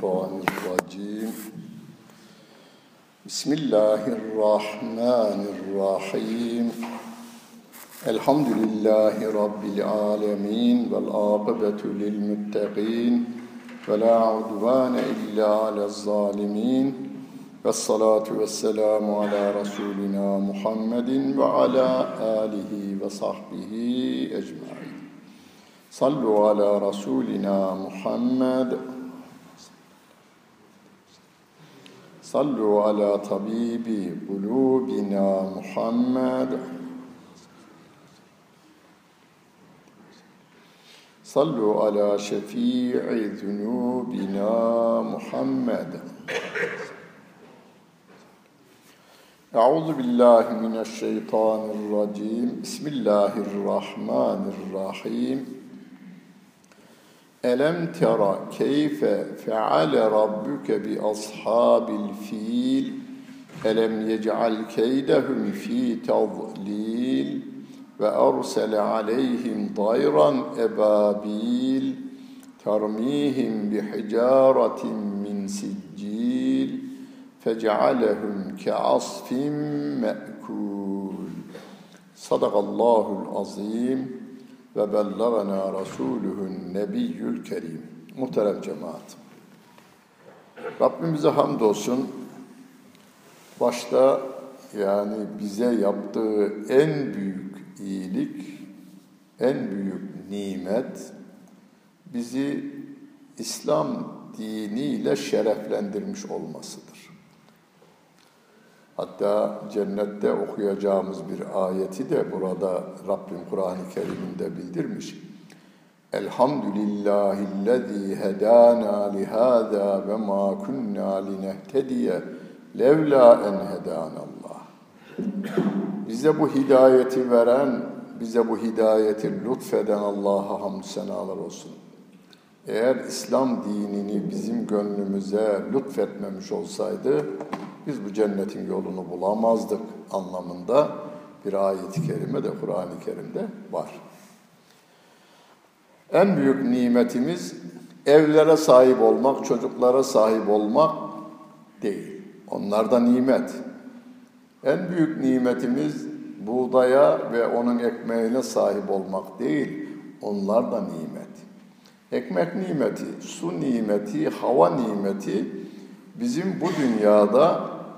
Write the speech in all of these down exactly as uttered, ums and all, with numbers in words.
Mineşşeytanirracim. Bismillahirrahmanirrahim. Elhamdülillahi Rabbil alemin. Vel âkıbetu lil muttaqin. Ve la udvâne illa alez zalimin. Vessalatu vesselamu ala Resulina Muhammedin ve ala alihi ve sahbihi ecmaîn. Sallu ala Resulina Muhammed. Sallu ala tabibi kulubina Muhammed. Sallu ala şefii zunubina Muhammed. Euzu billahi mineşşeytanirracim. Bismillahirrahmanirrahim. Elem tera keyfe feale rabbuke bi ashabil fil. Elem yec'al keydehum fi tadlil ve ersele aleyhim dayran ebabil termihim bi hicaretin min siccil fece'alehum ke'asfin me'kul. Sadakallahul azim ve bellagana rasuluhun nebiyyül kerim. Muhterem cemaat, Rabbimize hamdolsun. Başta yani bize yaptığı en büyük iyilik, en büyük nimet, bizi İslam diniyle şereflendirmiş olmasıdır. Hatta cennette okuyacağımız bir ayeti de burada Rabbim Kur'an-ı Kerim'inde bildirmiş. Elhamdülillahillezî hedâna lihâzâ ve mâ kunnâ linehtediye levlâ en hedânallâh. Bize bu hidayeti veren, bize bu hidayeti lütfeden Allah'a hamd senalar olsun. Eğer İslam dinini bizim gönlümüze lütfetmemiş olsaydı, biz bu cennetin yolunu bulamazdık anlamında bir ayet-i kerime de Kur'an-ı Kerim'de var. En büyük nimetimiz evlere sahip olmak, çocuklara sahip olmak değil. Onlar da nimet. En büyük nimetimiz buğdaya ve onun ekmeğine sahip olmak değil. Onlar da nimet. Ekmek nimeti, su nimeti, hava nimeti bizim bu dünyada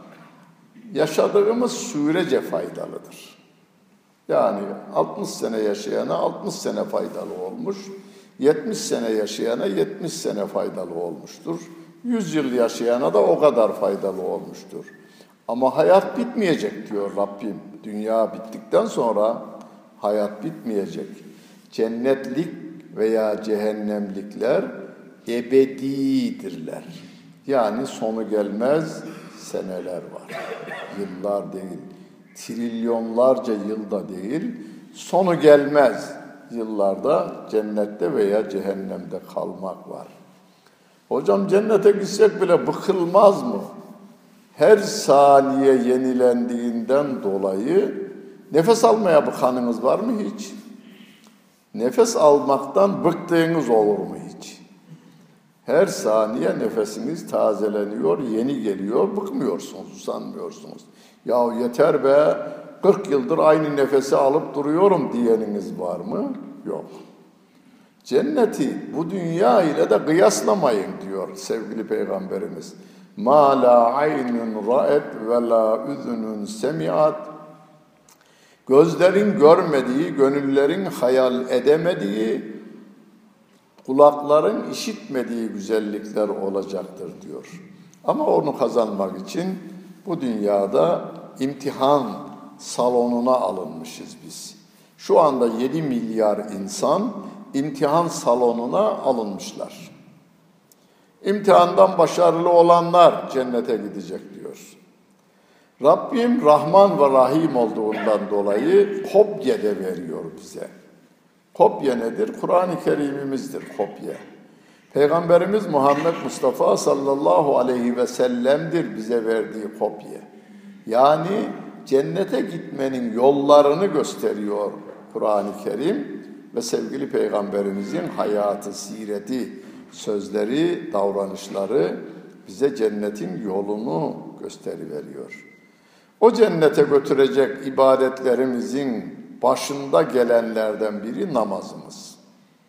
yaşadığımız sürece faydalıdır. Yani altmış sene yaşayana altmış sene faydalı olmuş, yetmiş sene yaşayana yetmiş sene faydalı olmuştur. yüz yıl yaşayana da o kadar faydalı olmuştur. Ama hayat bitmeyecek diyor Rabbim. Dünya bittikten sonra hayat bitmeyecek. Cennetlik veya cehennemlikler ebedidirler. Yani sonu gelmez seneler var. Yıllar değil, trilyonlarca yılda değil, sonu gelmez yıllarda cennette veya cehennemde kalmak var. Hocam cennete gitsek bile bıkılmaz mı? Her saniye yenilendiğinden dolayı nefes almaya bıkanınız var mı hiç? Nefes almaktan bıktığınız olur mu hiç? Her saniye nefesiniz tazeleniyor, yeni geliyor, bıkmıyorsunuz, usanmıyorsunuz. Ya yeter be, kırk yıldır aynı nefesi alıp duruyorum diyeniniz var mı? Yok. Cenneti bu dünya ile de kıyaslamayın diyor sevgili Peygamberimiz. مَا لَا عَيْنٌ رَأَتْ وَلَا اُذُنٌ سَمِعَتْ. Gözlerin görmediği, gönüllerin hayal edemediği, kulakların işitmediği güzellikler olacaktır diyor. Ama onu kazanmak için bu dünyada imtihan salonuna alınmışız biz. Şu anda yedi milyar insan imtihan salonuna alınmışlar. İmtihandan başarılı olanlar cennete gidecek diyor. Rabbim Rahman ve Rahim olduğundan dolayı kopya de veriyor bize. Kopya nedir? Kur'an-ı Kerim'imizdir kopya. Peygamberimiz Muhammed Mustafa sallallahu aleyhi ve sellem'dir bize verdiği kopya. Yani cennete gitmenin yollarını gösteriyor Kur'an-ı Kerim ve sevgili Peygamberimizin hayatı, sireti, sözleri, davranışları bize cennetin yolunu gösteriveriyor. O cennete götürecek ibadetlerimizin başında gelenlerden biri namazımız.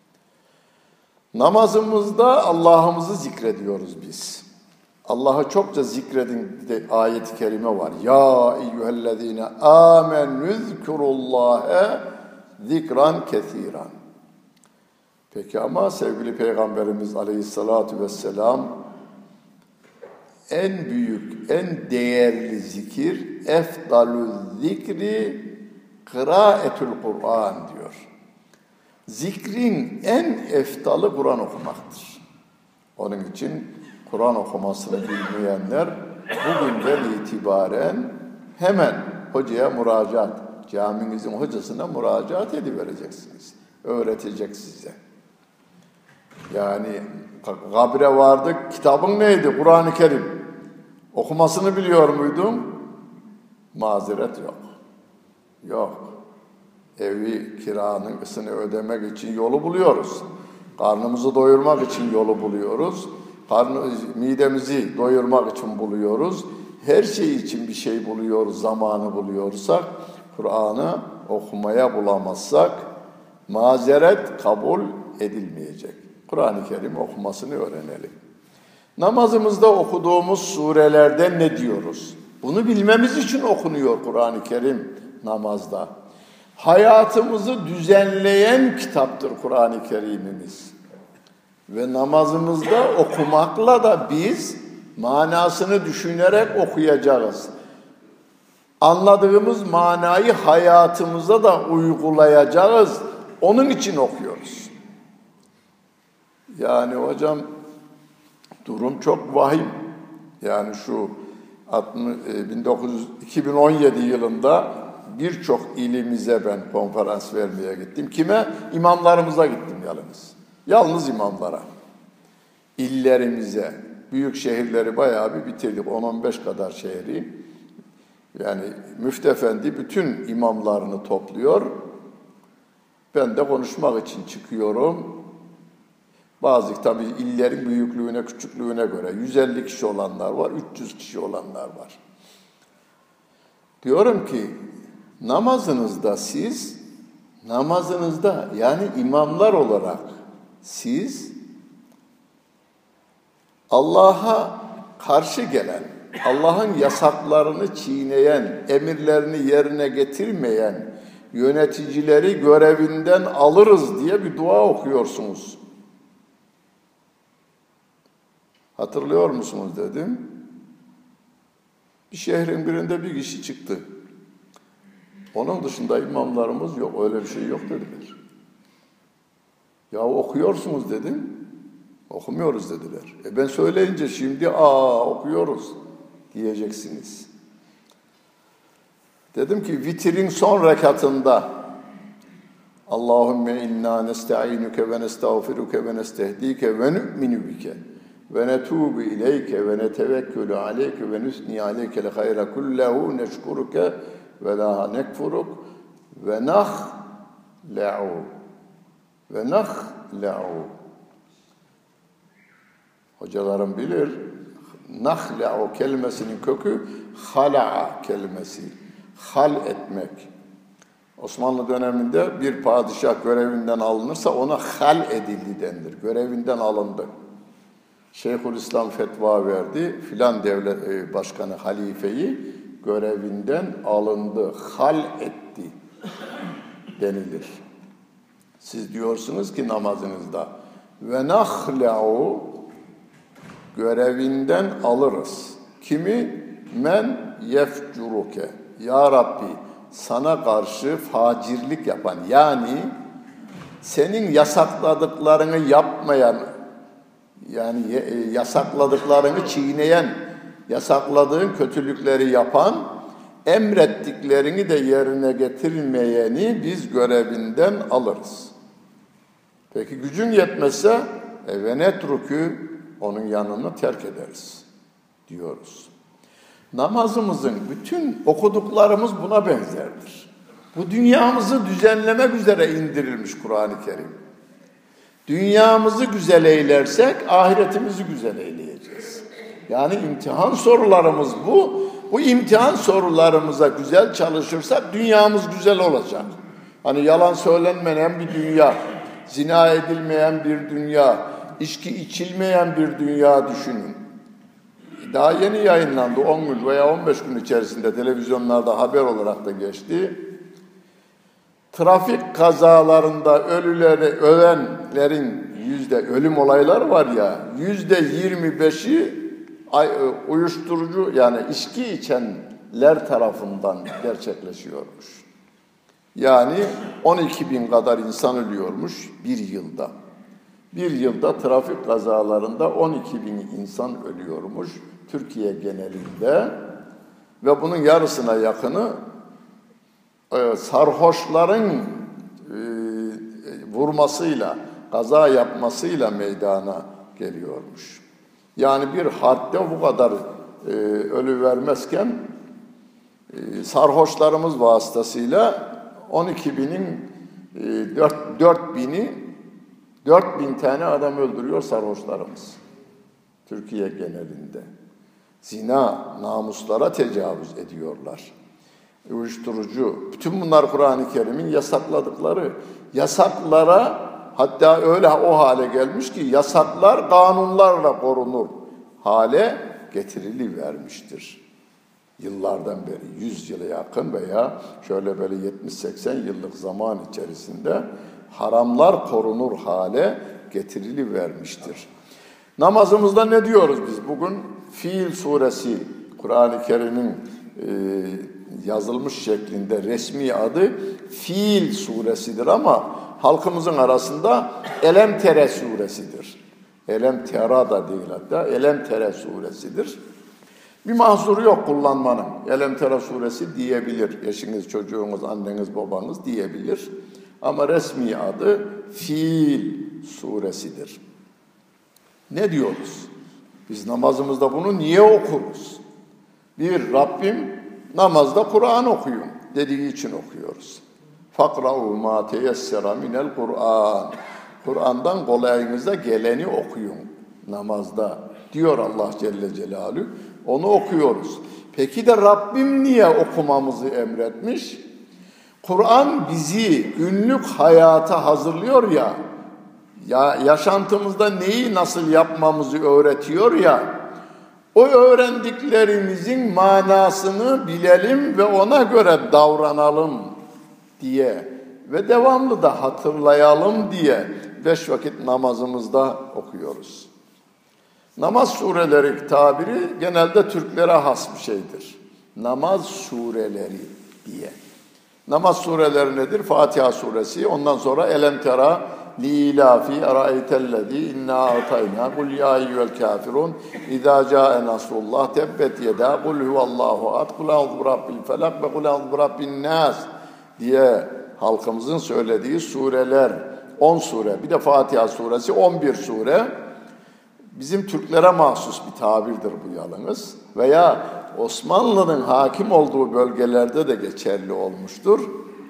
Namazımızda Allah'ımızı zikrediyoruz biz. Allah'ı çokça zikredin de ayet-i kerime var. Ya eyyühellezine amenü zkurullâhe zikran kesiran. Peki ama sevgili Peygamberimiz Aleyhisselatü Vesselam en büyük, en değerli zikir efdalü zikri kıraetül Kur'an diyor. Zikrin en eftalı Kur'an okumaktır. Onun için Kur'an okumasını bilmeyenler bugünden itibaren hemen hocaya müracaat, camimizin hocasına müracaat edivereceksiniz. Öğretecek size. Yani kabre vardık, kitabın neydi? Kur'an-ı Kerim. Okumasını biliyor muydun? Mazeret yok. Yok. Evi kiranın ısını ödemek için yolu buluyoruz. Karnımızı doyurmak için yolu buluyoruz. Karnı, midemizi doyurmak için buluyoruz. Her şey için bir şey buluyoruz, zamanı buluyorsak, Kur'an'ı okumaya bulamazsak mazeret kabul edilmeyecek. Kur'an-ı Kerim okumasını öğrenelim. Namazımızda okuduğumuz surelerde ne diyoruz? Bunu bilmemiz için okunuyor Kur'an-ı Kerim namazda. Hayatımızı düzenleyen kitaptır Kur'an-ı Kerim'imiz. Ve namazımızda okumakla da biz manasını düşünerek okuyacağız. Anladığımız manayı hayatımıza da uygulayacağız. Onun için okuyoruz. Yani hocam durum çok vahim. Yani şu iki bin on yedi yılında birçok ilimize ben konferans vermeye gittim. Kime? İmamlarımıza gittim yalnız. Yalnız imamlara. İllerimize, büyük şehirleri bayağı bir bitirdik. on on beş kadar şehri. Yani Müftü Efendi bütün imamlarını topluyor. Ben de konuşmak için çıkıyorum. Bazı tabii illerin büyüklüğüne, küçüklüğüne göre yüz elli kişi olanlar var, üç yüz kişi olanlar var. Diyorum ki namazınızda siz, namazınızda yani imamlar olarak siz Allah'a karşı gelen, Allah'ın yasaklarını çiğneyen, emirlerini yerine getirmeyen yöneticileri görevinden alırız diye bir dua okuyorsunuz. Hatırlıyor musunuz dedim. Bir şehrin birinde bir kişi çıktı. Onun dışında imamlarımız yok, öyle bir şey yok dediler. Ya okuyorsunuz dedim. Okumuyoruz dediler. E ben söyleyince şimdi aa okuyoruz diyeceksiniz. Dedim ki vitrin son rekatında Allahümme inna nesta'inuke ve nestağfiruke ve nestehdike ve nu'minu bike ve netubu ileyke ve netevekkülü aleyke ve nusni aleyke le hayra kullahu neşkuruke ve la nekfuruk ve nahla'u ve nahla'u. Hocalarım bilir, nahla'u kelimesinin kökü hala'a kelimesi, hal etmek. Osmanlı döneminde bir padişah görevinden alınırsa ona hal edildi denilir, görevinden alındı. Şeyhülislam fetva verdi, filan devlet başkanı halifeyi görevinden alındı, hal etti denilir. Siz diyorsunuz ki namazınızda ve nahla'u görevinden alırız. Kimi? Men yefcuruke. Ya Rabbi sana karşı facirlik yapan yani senin yasakladıklarını yapmayan yani yasakladıklarını çiğneyen, yasakladığın kötülükleri yapan, emrettiklerini de yerine getirmeyeni biz görevinden alırız. Peki gücün yetmezse ve netrukü onun yanını terk ederiz diyoruz. Namazımızın bütün okuduklarımız buna benzerdir. Bu dünyamızı düzenlemek üzere indirilmiş Kur'an-ı Kerim. Dünyamızı güzel eylersek ahiretimizi güzel eyleyeceğiz. Yani imtihan sorularımız bu. Bu imtihan sorularımıza güzel çalışırsak dünyamız güzel olacak. Hani yalan söylenmeyen bir dünya, zina edilmeyen bir dünya, içki içilmeyen bir dünya düşünün. Daha yeni yayınlandı, on gün veya on beş gün içerisinde televizyonlarda haber olarak da geçti. Trafik kazalarında ölüleri ölenlerin yüzde ölüm olayları var ya, yüzde yirmi beşi uyuşturucu yani içki içenler tarafından gerçekleşiyormuş. Yani on iki bin kadar insan ölüyormuş bir yılda. Bir yılda trafik kazalarında on iki bin insan ölüyormuş Türkiye genelinde ve bunun yarısına yakını e, sarhoşların e, vurmasıyla, kaza yapmasıyla meydana geliyormuş. Yani bir harpte bu kadar e, ölü vermezken e, sarhoşlarımız vasıtasıyla on iki binin e, dört bini dört bin tane adam öldürüyor sarhoşlarımız. Türkiye genelinde. Zina, namuslara tecavüz ediyorlar. Uyuşturucu. Bütün bunlar Kur'an-ı Kerim'in yasakladıkları. Yasaklara hatta öyle o hale gelmiş ki yasaklar kanunlarla korunur hale getirilivermiştir. Yıllardan beri, yüz yıla yakın veya şöyle böyle yetmiş seksen yıllık zaman içerisinde haramlar korunur hale getirilivermiştir. Namazımızda ne diyoruz biz? Bugün Fiil suresi, Kur'an-ı Kerim'in e, yazılmış şeklinde resmi adı Fiil suresidir ama halkımızın arasında Elem Tere suresidir. Elem Tera da değil hatta, Elem Tere suresidir. Bir mahzuru yok kullanmanın. Elem Tera suresi diyebilir. Eşiniz, çocuğunuz, anneniz, babanız diyebilir. Ama resmi adı Fiil suresidir. Ne diyoruz? Biz namazımızda bunu niye okuruz? Bir, Rabbim namazda Kur'an okuyun dediği için okuyoruz. Fakra'u ma teyessera minel Kur'an. Kur'an'dan kolayınıza geleni okuyun namazda diyor Allah Celle Celaluhu. Onu okuyoruz. Peki de Rabbim niye okumamızı emretmiş? Kur'an bizi günlük hayata hazırlıyor ya, ya yaşantımızda neyi nasıl yapmamızı öğretiyor ya, o öğrendiklerimizin manasını bilelim ve ona göre davranalım diye ve devamlı da hatırlayalım diye beş vakit namazımızda okuyoruz. Namaz sureleri tabiri genelde Türklere has bir şeydir. Namaz sureleri diye. Namaz sureleri nedir? Fatiha suresi, ondan sonra Elem Tera, Lilafi, Araeytellezi, İnna Atayna, Kul Ya Eyyüel Kafirun, İzâ Câe Nasrullah, Tebbet Yedâ, Kul Huvallahu Ahad, Kul A'udhu Birabbil Felak ve Kul A'udhu Birabbin Nas diye halkımızın söylediği sureler, on sure, bir de Fatiha suresi, on bir sure. Bizim Türklere mahsus bir tabirdir bu yalnız veya Osmanlı'nın hakim olduğu bölgelerde de geçerli olmuştur.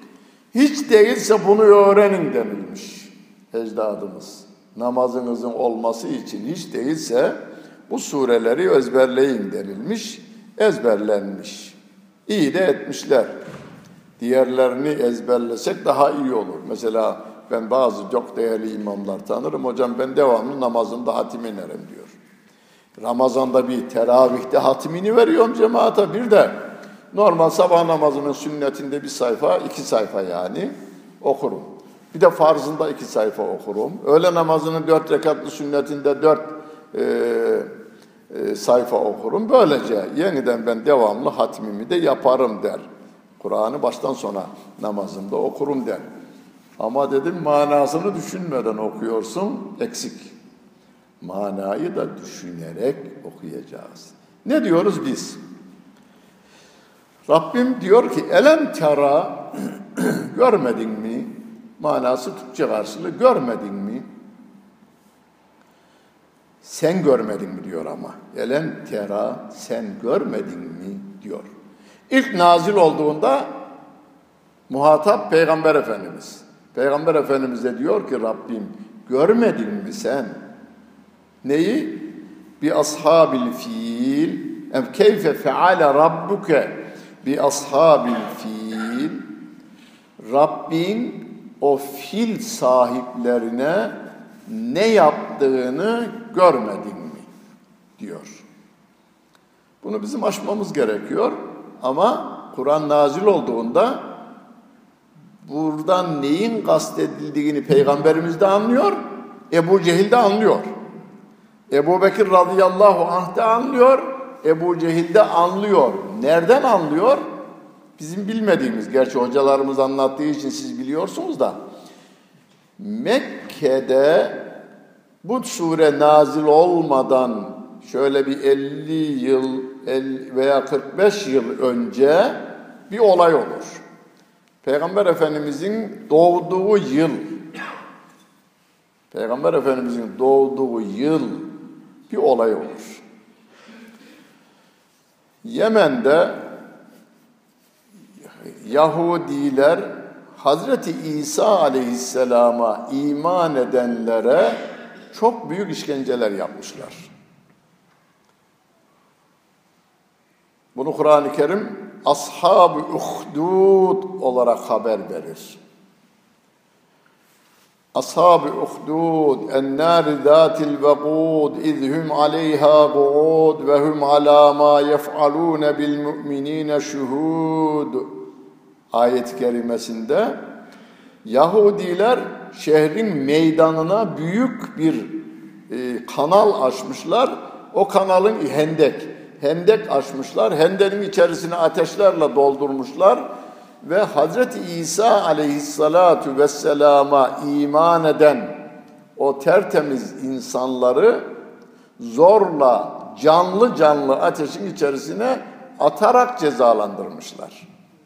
Hiç değilse bunu öğrenin denilmiş ecdadımız. Namazınızın olması için hiç değilse bu sureleri ezberleyin denilmiş, ezberlenmiş. İyi de etmişler. Diğerlerini ezberlesek daha iyi olur. Mesela ben bazı çok değerli imamlar tanırım. Hocam ben devamlı namazımda hatim inerim diyor. Ramazan'da bir teravihte hatimini veriyorum cemaate. Bir de normal sabah namazının sünnetinde bir sayfa, iki sayfa yani okurum. Bir de farzında iki sayfa okurum. Öğle namazının dört rekatlı sünnetinde dört e, e, sayfa okurum. Böylece yeniden ben devamlı hatimimi de yaparım der. Kur'an'ı baştan sona namazımda okurum der. Ama dedim manasını düşünmeden okuyorsun, eksik. Manayı da düşünerek okuyacağız. Ne diyoruz biz? Rabbim diyor ki, Elem tera, görmedin mi? Manası Türkçe karşılığı, görmedin mi? Sen görmedin mi diyor ama. Elem tera, sen görmedin mi diyor. İlk nazil olduğunda muhatap Peygamber Efendimiz. Peygamber Efendimiz de diyor ki Rabbim Görmedin mi sen? Neyi? Bi ashabil fil. Em keyfe feale rabbuke bi ashabil fil. Rabbin o fil sahiplerine ne yaptığını görmedin mi? Diyor. Bunu bizim aşmamız gerekiyor ama Kur'an nazil olduğunda buradan neyin kastedildiğini Peygamberimiz de anlıyor, Ebu Cehil de anlıyor. Ebu Bekir radıyallahu anh de anlıyor, Ebu Cehil de anlıyor. Nereden anlıyor? Bizim bilmediğimiz, gerçi hocalarımız anlattığı için siz biliyorsunuz da, Mekke'de bu sure nazil olmadan şöyle bir elli yıl veya kırk beş yıl önce bir olay olur. Peygamber Efendimizin doğduğu yıl, Peygamber Efendimizin doğduğu yıl bir olay olur. Yemen'de Yahudiler Hazreti İsa Aleyhisselam'a iman edenlere çok büyük işkenceler yapmışlar. Bunu Kur'an-ı Kerim Ashab-ı Uhdud olarak haber verir. Ashab-ı Uhdud en-nâri zâtil vekûd izhum aleyhâ gu'ûd ve hum alâ mâ yef'alûne bil mu'minîne şuhûd. Ayet-i kerimesinde Yahudiler şehrin meydanına büyük bir e, kanal açmışlar. O kanalın hendek. Hendek açmışlar. Hendenin içerisine ateşlerle doldurmuşlar. Ve Hazreti İsa aleyhissalatu vesselama iman eden o tertemiz insanları zorla canlı canlı ateşin içerisine atarak cezalandırmışlar.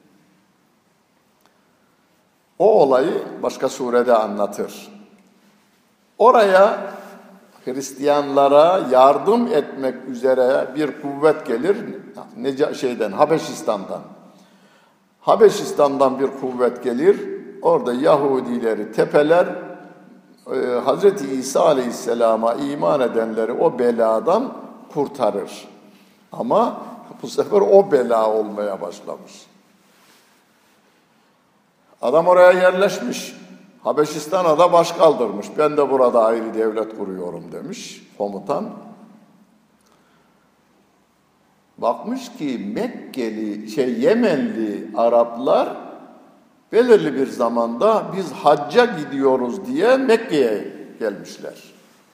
O olayı başka surede anlatır. Oraya Hristiyanlara yardım etmek üzere bir kuvvet gelir. Neca şeyden, Habeşistan'dan. Habeşistan'dan bir kuvvet gelir. Orada Yahudileri tepeler. Ee, Hazreti İsa Aleyhisselam'a iman edenleri o beladan kurtarır. Ama bu sefer o bela olmaya başlamış. Adam oraya yerleşmiş. Habeşistan'a da baş kaldırmış. Ben de burada ayrı devlet kuruyorum demiş komutan. Bakmış ki Mekkeli, şey Yemenli Araplar belirli bir zamanda biz hacca gidiyoruz diye Mekke'ye gelmişler.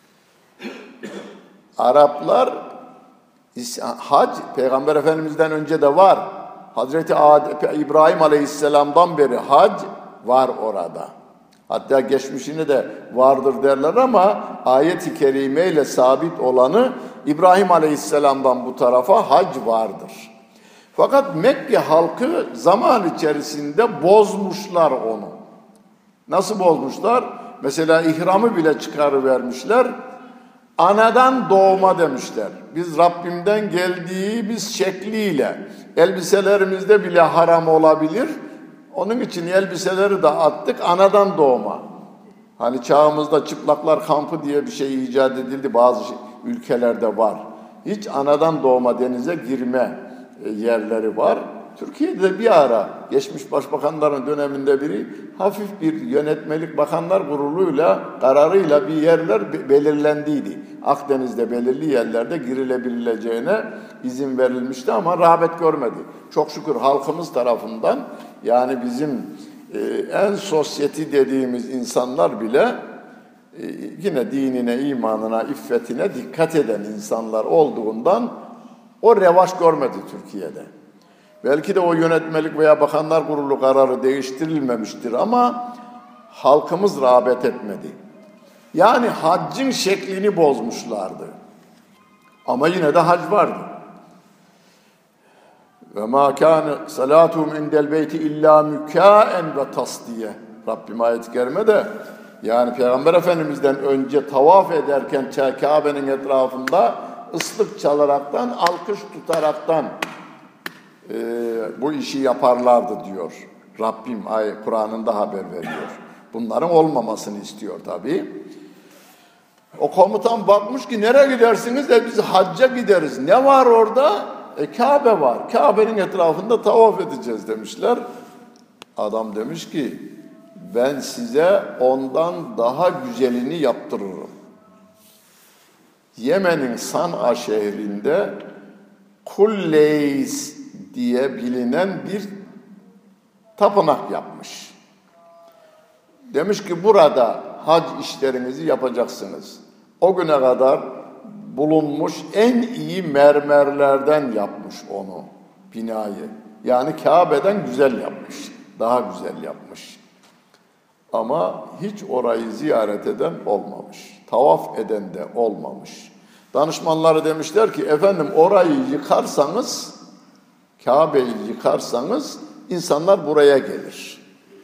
Araplar hac Peygamber Efendimiz'den önce de var. Hazreti Adem, İbrahim Aleyhisselam'dan beri hac var orada. Hatta geçmişini de vardır derler ama ayet-i kerimeyle sabit olanı İbrahim Aleyhisselam'dan bu tarafa hac vardır. Fakat Mekke halkı zaman içerisinde bozmuşlar onu. Nasıl bozmuşlar? Mesela ihramı bile çıkarıvermişler. Anadan doğma demişler. Biz Rabbimden geldiğimiz şekliyle elbiselerimizde bile haram olabilir. Onun için elbiseleri de attık, anadan doğma. Hani çağımızda çıplaklar kampı diye bir şey icat edildi, bazı ülkelerde var. Hiç anadan doğma denize girme yerleri var. Türkiye'de bir ara geçmiş başbakanların döneminde biri hafif bir yönetmelik bakanlar kuruluyla, kararıyla bir yerler belirlendiydi. Akdeniz'de belirli yerlerde girilebileceğine izin verilmişti ama rağbet görmedi. Çok şükür halkımız tarafından, yani bizim e, en sosyeti dediğimiz insanlar bile e, yine dinine, imanına, iffetine dikkat eden insanlar olduğundan o revaç görmedi Türkiye'de. Belki de o yönetmelik veya bakanlar kurulu kararı değiştirilmemiştir ama halkımız rağbet etmedi. Yani haccın şeklini bozmuşlardı. Ama yine de hac vardı. Ve ma kana salatuhum indel beyti illa mukaen ve tasdiye. Rabbim ayet-i kerimede, yani Peygamber Efendimiz'den önce tavaf ederken Kabe'nin etrafında ıslık çalaraktan, alkış tutaraktan e, bu işi yaparlardı diyor. Rabbim ay Kur'an'ında haber veriyor. Bunların olmamasını istiyor tabii. O komutan bakmış ki nereye gidersiniz? E biz hacca gideriz. Ne var orada? E Kabe var. Kabe'nin etrafında tavaf edeceğiz demişler. Adam demiş ki ben size ondan daha güzelini yaptırırım. Yemen'in San'a şehrinde Kulleys diye bilinen bir tapınak yapmış. Demiş ki burada hac işlerinizi yapacaksınız. O güne kadar bulunmuş en iyi mermerlerden yapmış onu, binayı. Yani Kabe'den güzel yapmış, daha güzel yapmış. Ama hiç orayı ziyaret eden olmamış, tavaf eden de olmamış. Danışmanları demişler ki efendim orayı yıkarsanız, Kabe'yi yıkarsanız insanlar buraya gelir.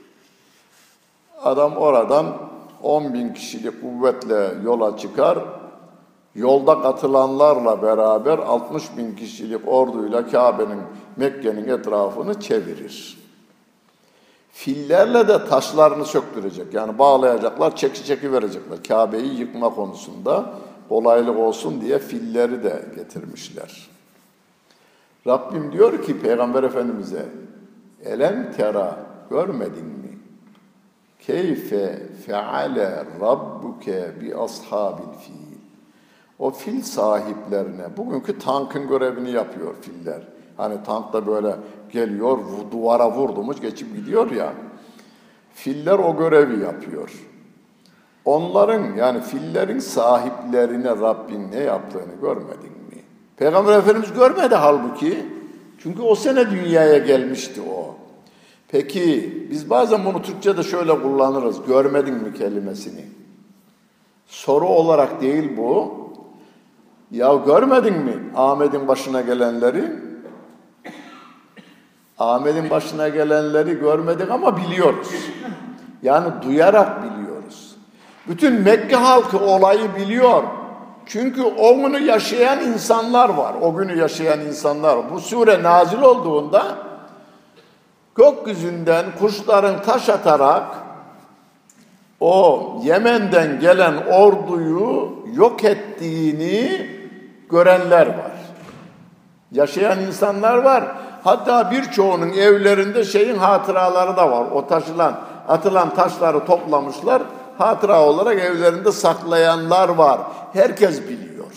Adam oradan on bin kişilik kuvvetle yola çıkar, yolda katılanlarla beraber altmış bin kişilik orduyla Kabe'nin, Mekke'nin etrafını çevirir. Fillerle de taşlarını söktürecek, yani bağlayacaklar, çeki çeki verecekler. Kabe'yi yıkma konusunda kolaylık olsun diye filleri de getirmişler. Rabbim diyor ki Peygamber Efendimiz'e, elem tera, görmedin mi? Keyfe feale rabbuke bi ashabil fil. O fil sahiplerine, bugünkü tankın görevini yapıyor filler. Hani tank da böyle geliyor, duvara vurdu mu geçip gidiyor ya. Filler o görevi yapıyor. Onların, yani fillerin sahiplerine Rabbin ne yaptığını görmedin mi? Peygamber Efendimiz görmedi halbuki. Çünkü o sene dünyaya gelmişti o. Peki biz bazen bunu Türkçe'de şöyle kullanırız. Görmedin mi kelimesini? Soru olarak değil bu. Ya görmedin mi Ahmet'in başına gelenleri? Ahmet'in başına gelenleri görmedik ama biliyoruz. Yani duyarak biliyoruz. Bütün Mekke halkı olayı biliyor. Çünkü o günü yaşayan insanlar var. O günü yaşayan insanlar var. Bu sure nazil olduğunda gökyüzünden kuşların taş atarak o Yemen'den gelen orduyu yok ettiğini görenler var. Yaşayan insanlar var. Hatta birçoğunun evlerinde şeyin hatıraları da var. O taşılan, atılan taşları toplamışlar. Hatıra olarak evlerinde saklayanlar var. Herkes biliyor.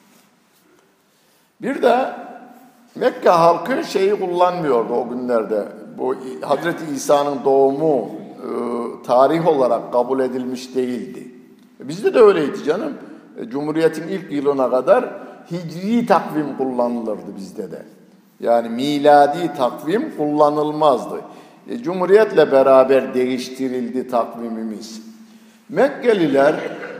Bir de Mekke halkı şeyi kullanmıyordu o günlerde. Bu Hazreti İsa'nın doğumu e, tarih olarak kabul edilmiş değildi. Bizde de öyleydi canım. E, Cumhuriyet'in ilk yılına kadar hicri takvim kullanılırdı bizde de. Yani miladi takvim kullanılmazdı. E, Cumhuriyet'le beraber değiştirildi takvimimiz. Mekkeliler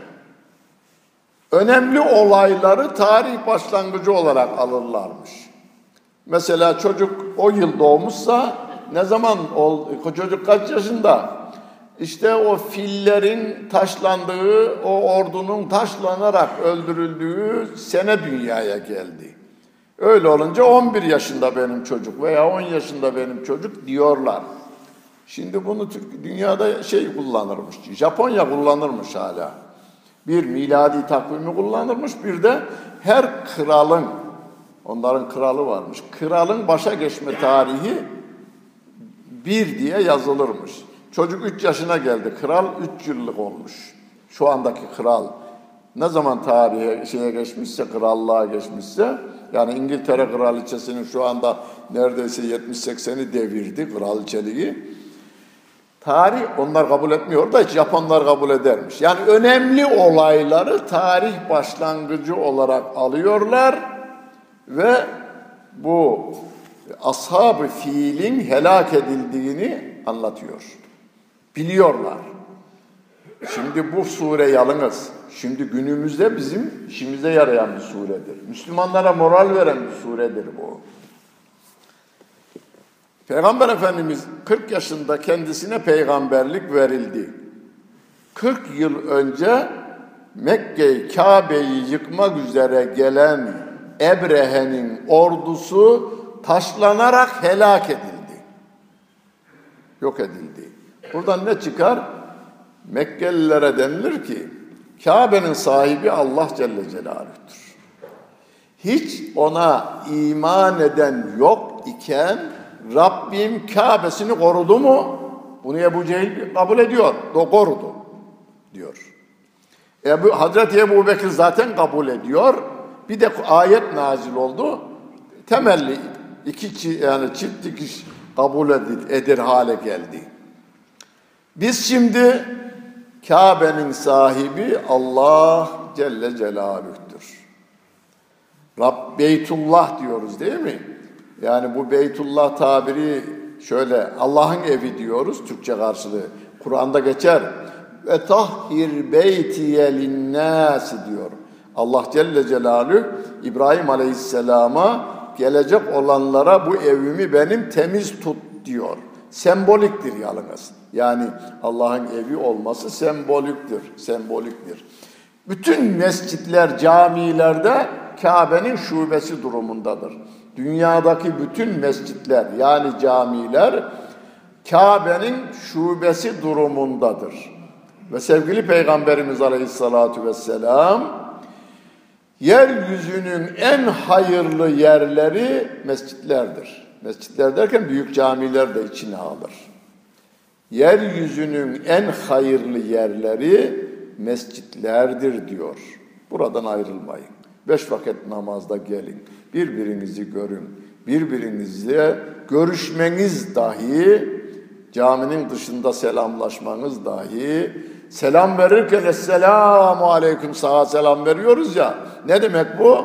önemli olayları tarih başlangıcı olarak alırlarmış. Mesela çocuk o yıl doğmuşsa ne zaman ol, çocuk kaç yaşında? İşte o fillerin taşlandığı, o ordunun taşlanarak öldürüldüğü sene dünyaya geldi. Öyle olunca on bir yaşında benim çocuk veya on yaşında benim çocuk diyorlar. Şimdi bunu Türk dünyada şey kullanırmış, Japonya kullanırmış hala. Bir miladi takvimi kullanırmış, bir de her kralın, onların kralı varmış, kralın başa geçme tarihi bir diye yazılırmış. Çocuk üç yaşına geldi, kral üç yıllık olmuş. Şu andaki kral ne zaman tarihe şeye geçmişse, krallığa geçmişse, yani İngiltere kraliçesinin şu anda neredeyse yetmiş sekseni devirdi kraliçeliği. Tarih onlar kabul etmiyor da Japonlar kabul edermiş. Yani önemli olayları tarih başlangıcı olarak alıyorlar ve bu ashab-ı fiilin helak edildiğini anlatıyor. Biliyorlar. Şimdi bu sure yalnız. Şimdi günümüzde bizim işimize yarayan bir suredir. Müslümanlara moral veren bir suredir bu. Peygamber Efendimiz kırk yaşında kendisine peygamberlik verildi. kırk yıl önce Mekke'yi, Kabe'yi yıkmak üzere gelen Ebrehe'nin ordusu taşlanarak helak edildi. Yok edildi. Buradan ne çıkar? Mekkelilere denilir ki Kabe'nin sahibi Allah Celle Celaluhu'dur. Hiç ona iman eden yok iken Rabbim Kabe'sini korudu mu? Bunu Ebu Cehil kabul ediyor. O korudu diyor. Ebu, Hazreti Ebu Bekir zaten kabul ediyor. Bir de ayet nazil oldu. Temelli iki yani çift dikiş kabul eder hale geldi. Biz şimdi Kabe'nin sahibi Allah Celle Celaluhu'dur. Rab Beytullah diyoruz değil mi? Yani bu Beytullah tabiri şöyle Allah'ın evi diyoruz Türkçe karşılığı. Kur'an'da geçer. Ve tahhir beytiye linnâsi diyor. Allah Celle Celaluhu İbrahim Aleyhisselam'a gelecek olanlara bu evimi benim temiz tut diyor. Semboliktir yalnız. Yani Allah'ın evi olması semboliktir. Semboliktir. Bütün mescitler, camilerde Kabe'nin şubesi durumundadır. Dünyadaki bütün mescitler yani camiler Kabe'nin şubesi durumundadır. Ve sevgili Peygamberimiz Aleyhisselatü Vesselam yeryüzünün en hayırlı yerleri mescitlerdir. Mescitler derken büyük camiler de içine alır. Yeryüzünün en hayırlı yerleri mescitlerdir diyor. Buradan ayrılmayın. Beş vakit namazda gelin. Birbirinizi görün. Birbirinizle görüşmeniz dahi, caminin dışında selamlaşmanız dahi, selam verirken Esselamu Aleyküm sağa selam veriyoruz ya. Ne demek bu?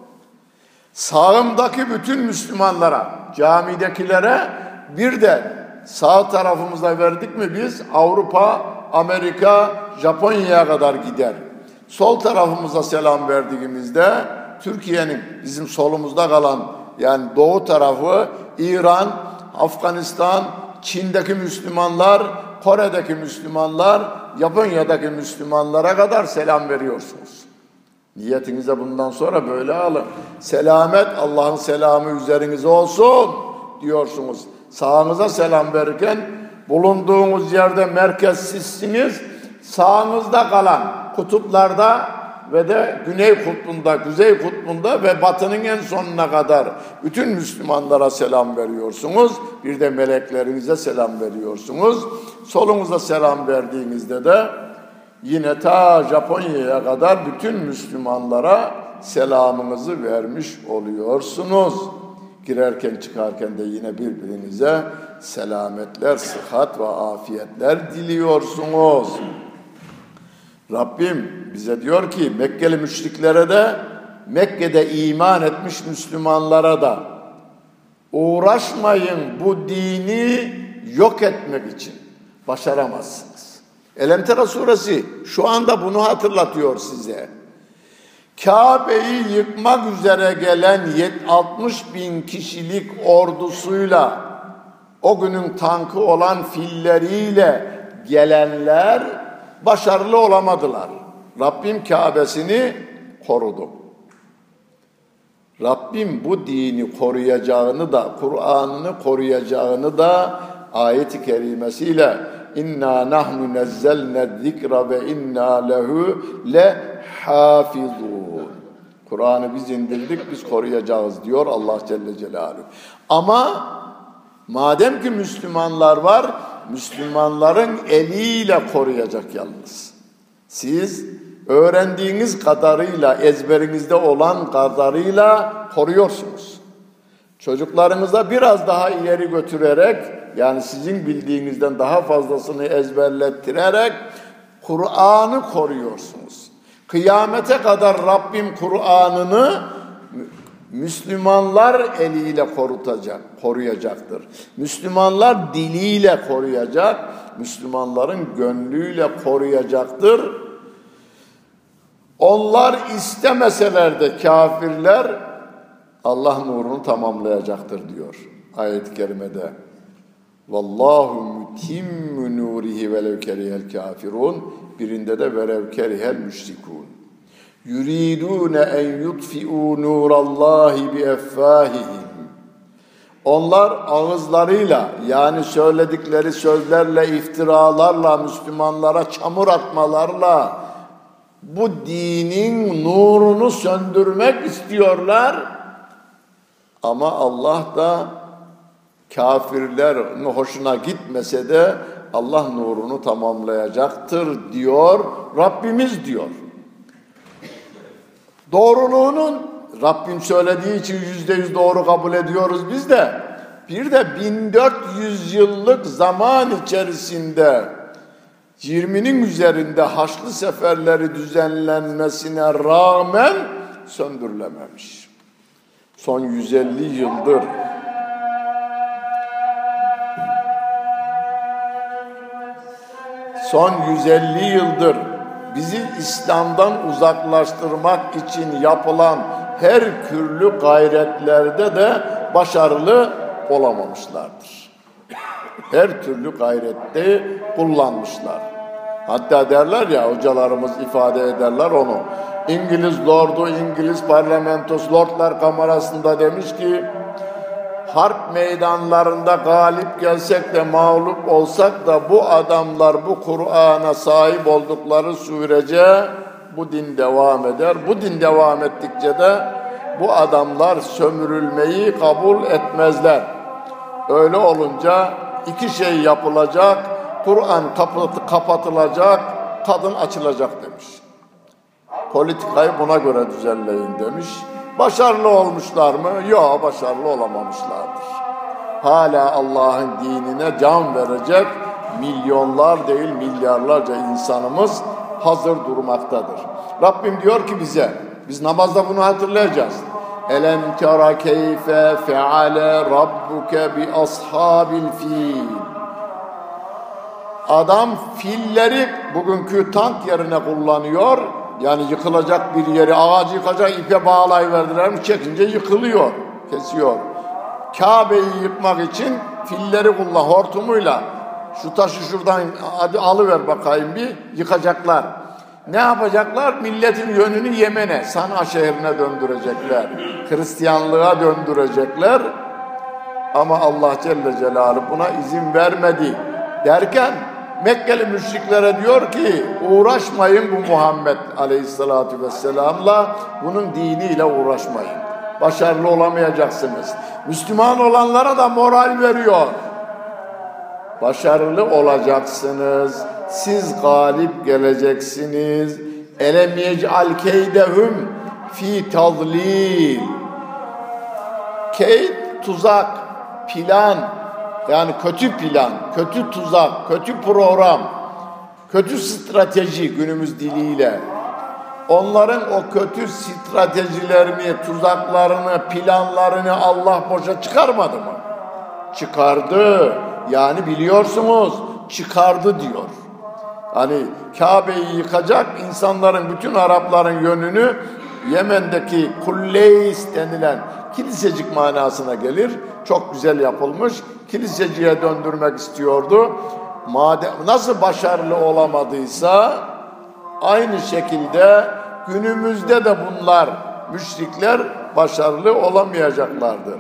Sağımdaki bütün Müslümanlara, camidekilere bir de sağ tarafımıza verdik mi biz Avrupa, Amerika, Japonya'ya kadar gider. Sol tarafımıza selam verdiğimizde Türkiye'nin bizim solumuzda kalan yani doğu tarafı İran, Afganistan, Çin'deki Müslümanlar, Kore'deki Müslümanlar, Japonya'daki Müslümanlara kadar selam veriyorsunuz. Niyetinize bundan sonra böyle alın. Selamet, Allah'ın selamı üzerinize olsun diyorsunuz. Sağınıza selam verirken bulunduğunuz yerde merkez sizsiniz. Sağınızda kalan kutuplarda ve de güney kutbunda, kuzey kutbunda ve batının en sonuna kadar bütün Müslümanlara selam veriyorsunuz. Bir de meleklerinize selam veriyorsunuz. Solunuza selam verdiğinizde de yine ta Japonya'ya kadar bütün Müslümanlara selamınızı vermiş oluyorsunuz. Girerken çıkarken de yine birbirinize selametler, sıhhat ve afiyetler diliyorsunuz. Rabbim bize diyor ki Mekkeli müşriklere de Mekke'de iman etmiş Müslümanlara da uğraşmayın bu dini yok etmek için. Başaramazsınız. Elemtera suresi şu anda bunu hatırlatıyor size. Kabe'yi yıkmak üzere gelen altmış bin kişilik ordusuyla o günün tankı olan filleriyle gelenler başarılı olamadılar. Rabbim Kabe'sini korudu. Rabbim bu dini koruyacağını da, Kur'an'ını koruyacağını da ayet-i kerimesiyle İnna nahnu nezzelne zikra ve inna lehu le hafizun. Kur'an'ı biz indirdik, biz koruyacağız diyor Allah Celle Celaluhu. Ama madem ki Müslümanlar var, Müslümanların eliyle koruyacak yalnız. Siz öğrendiğiniz kadarıyla, ezberinizde olan kadarıyla koruyorsunuz. Çocuklarınıza biraz daha ileri götürerek, yani sizin bildiğinizden daha fazlasını ezberlettirerek Kur'an'ı koruyorsunuz. Kıyamete kadar Rabbim Kur'an'ını Müslümanlar eliyle korutacak, koruyacaktır. Müslümanlar diliyle koruyacak, Müslümanların gönlüyle koruyacaktır. Onlar istemeseler de kafirler Allah nurunu tamamlayacaktır diyor ayet-i kerimede. Vallahu mutimmu nurihi velev kerihel kafirun. Birinde de velev kerihel müşrikun. Yuridune en yutfi'u nurallahi bi effahihim. Onlar ağızlarıyla yani söyledikleri sözlerle, iftiralarla, Müslümanlara çamur atmalarla bu dinin nurunu söndürmek istiyorlar. Ama Allah da kafirlerin hoşuna gitmese de Allah nurunu tamamlayacaktır diyor. Rabbimiz diyor. Doğruluğunun Rabbim söylediği için yüzde yüz doğru kabul ediyoruz biz de. Bir de bin dört yüz yıllık zaman içerisinde yirminin üzerinde Haçlı seferleri düzenlenmesine rağmen söndürülememiş. Son yüz elli yıldır son yüz elli yıldır bizi İslam'dan uzaklaştırmak için yapılan her türlü gayretlerde de başarılı olamamışlardır. Her türlü gayrette kullanmışlar. Hatta derler ya, hocalarımız ifade ederler onu. İngiliz Lordu, İngiliz Parlamentosu Lordlar Kamerası'nda demiş ki, harp meydanlarında galip gelsek de mağlup olsak da bu adamlar bu Kur'an'a sahip oldukları sürece bu din devam eder. Bu din devam ettikçe de bu adamlar sömürülmeyi kabul etmezler. Öyle olunca iki şey yapılacak, Kur'an kapatılacak, kadın açılacak demiş. Politikayı buna göre düzenleyin demiş. Başarılı olmuşlar mı? Yok, başarılı olamamışlardır. Hala Allah'ın dinine can verecek milyonlar değil milyarlarca insanımız hazır durmaktadır. Rabbim diyor ki bize, biz namazda bunu hatırlayacağız. Elem tera keyfe feale rabbuke bi ashabil fil. Adam filleri bugünkü tank yerine kullanıyor. Yani yıkılacak bir yeri, ağacı yıkacak, ipe bağlayıverdiler mi çekince yıkılıyor, kesiyor. Kabe'yi yıkmak için filleri kullan, hortumuyla. Şu taşı şuradan hadi alıver bakayım bir, yıkacaklar. Ne yapacaklar? Milletin yönünü Yemen'e, Sana şehrine döndürecekler. Hristiyanlığa döndürecekler. Ama Allah Celle Celaluhu buna izin vermedi. Derken Mekkeli müşriklere diyor ki, uğraşmayın bu Muhammed Aleyhisselatü Vesselam'la, bunun diniyle uğraşmayın. Başarılı olamayacaksınız. Müslüman olanlara da moral veriyor. Başarılı olacaksınız. Siz galip geleceksiniz. Elem yec'al keydehum fi tadlil. Keyd, tuzak, plan. Yani kötü plan, kötü tuzak, kötü program, kötü strateji günümüz diliyle. Onların o kötü stratejilerini, tuzaklarını, planlarını Allah boşa çıkarmadı mı? Çıkardı. Yani biliyorsunuz, çıkardı diyor. Hani Kabe'yi yıkacak, insanların, bütün Arapların yönünü Yemen'deki Kulleys denilen kilisecik manasına gelir. Çok güzel yapılmış. Kiliseciye döndürmek istiyordu. Madem nasıl başarılı olamadıysa aynı şekilde günümüzde de bunlar, müşrikler başarılı olamayacaklardır.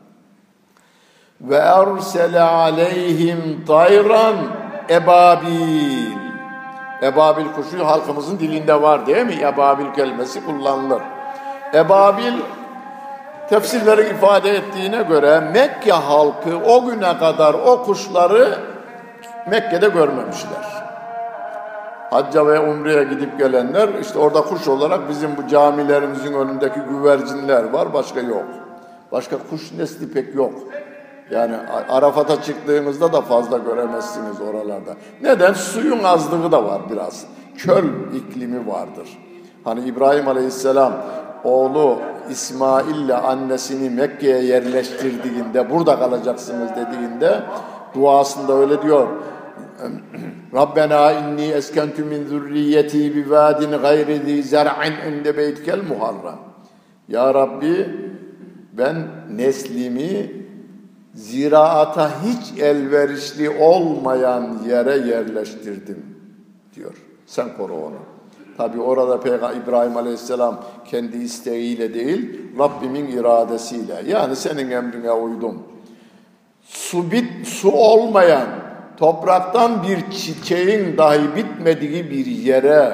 Ve ersele aleyhim tayran ebabil. Ebabil kuşu halkımızın dilinde var değil mi? Ebabil kelimesi kullanılır. Ebabil, tefsirlerin ifade ettiğine göre Mekke halkı o güne kadar o kuşları Mekke'de görmemişler. Hacca ve umreye gidip gelenler işte orada kuş olarak bizim bu camilerimizin önündeki güvercinler var, başka yok. Başka kuş nesli pek yok. Yani Arafat'a çıktığınızda da fazla göremezsiniz oralarda. Neden? Suyun azlığı da var biraz. Çöl iklimi vardır. Hani İbrahim Aleyhisselam oğlu İsmail ile annesini Mekke'ye yerleştirdiğinde, burada kalacaksınız dediğinde duasında öyle diyor. Rabbena inni eskentu min zurriyeti bi vadin gayri zi zer'in inde beytkel muharram. Ya Rabbi, ben neslimi ziraata hiç elverişli olmayan yere yerleştirdim diyor. Sen koru onu. Tabi orada Peygamber İbrahim Aleyhisselam kendi isteğiyle değil, Rabbimin iradesiyle. Yani senin emrine uydum. Su bit, su olmayan, topraktan bir çiçeğin dahi bitmediği bir yere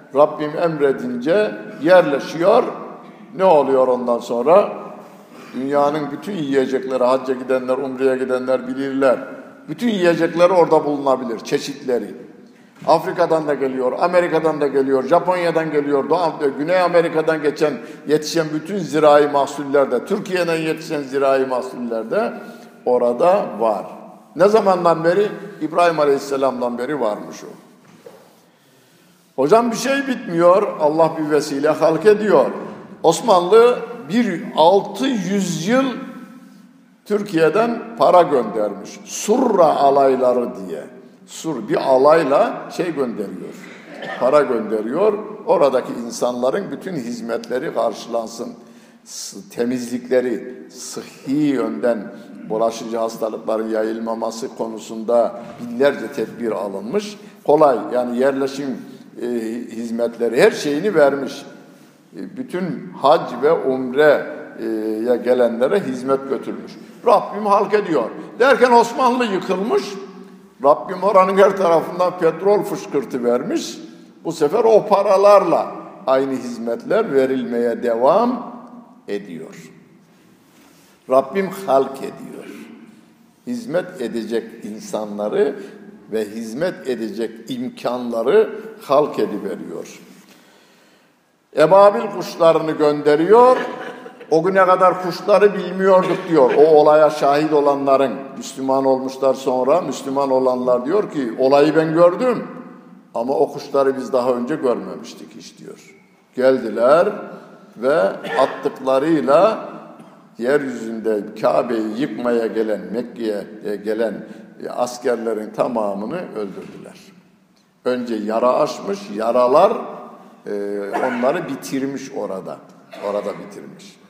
Rabbim emredince yerleşiyor. Ne oluyor ondan sonra? Dünyanın bütün yiyecekleri, hacca gidenler, umreye gidenler bilirler. Bütün yiyecekleri orada bulunabilir, çeşitleri. Afrika'dan da geliyor, Amerika'dan da geliyor, Japonya'dan geliyor, Doğu, Güney Amerika'dan geçen, yetişen bütün zirai mahsuller de, Türkiye'den yetişen zirai mahsuller de orada var. Ne zamandan beri? İbrahim Aleyhisselam'dan beri varmış o. Hocam bir şey bitmiyor, Allah bir vesile halk ediyor. Osmanlı bir altı yüz yıl Türkiye'den para göndermiş. Surra alayları diye. Sur bir alayla şey gönderiyor. Para gönderiyor. Oradaki insanların bütün hizmetleri karşılansın. Temizlikleri, sıhhi yönden bulaşıcı hastalıkların yayılmaması konusunda binlerce tedbir alınmış. Kolay, yani yerleşim e, hizmetleri, her şeyini vermiş. E, bütün hac ve umreye gelenlere hizmet götürmüş. Rabbim halk ediyor. Derken Osmanlı yıkılmış. Rabbim oranın her tarafından petrol fışkırtı vermiş. Bu sefer o paralarla aynı hizmetler verilmeye devam ediyor. Rabbim halk ediyor. Hizmet edecek insanları ve hizmet edecek imkanları halk ediveriyor. Ebabil kuşlarını gönderiyor. O güne kadar kuşları bilmiyorduk diyor. O olaya şahit olanların, Müslüman olmuşlar sonra, Müslüman olanlar diyor ki olayı ben gördüm ama o kuşları biz daha önce görmemiştik hiç diyor. Geldiler ve attıklarıyla yeryüzünde Kabe'yi yıkmaya gelen, Mekke'ye gelen askerlerin tamamını öldürdüler. Önce yara açmış, yaralar e, onları bitirmiş orada. Orada bitirmiş.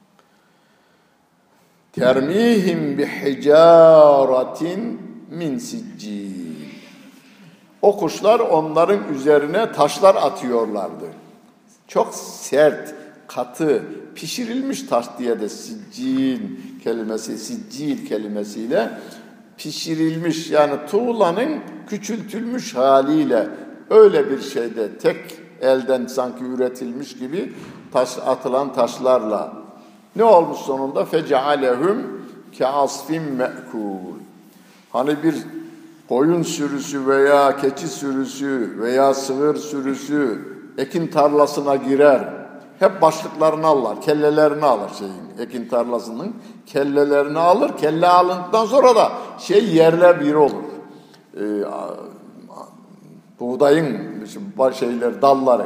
Termihim bihicaratin min siccil. O kuşlar onların üzerine taşlar atıyorlardı. Çok sert, katı, pişirilmiş taş diye de siccil kelimesi, siccil kelimesiyle pişirilmiş, yani tuğlanın küçültülmüş haliyle öyle bir şeyde tek elden sanki üretilmiş gibi taş atılan taşlarla ne olmuş sonunda? Fecealehum keasfin me'kul. Hani bir koyun sürüsü veya keçi sürüsü veya sığır sürüsü ekin tarlasına girer. Hep başlıklarını alırlar, kellelerini alır şeyin, ekin tarlasının kellelerini alır. Kelle alındıktan sonra da şey yerle bir olur. Ee, buğdayın şeyler, dalları.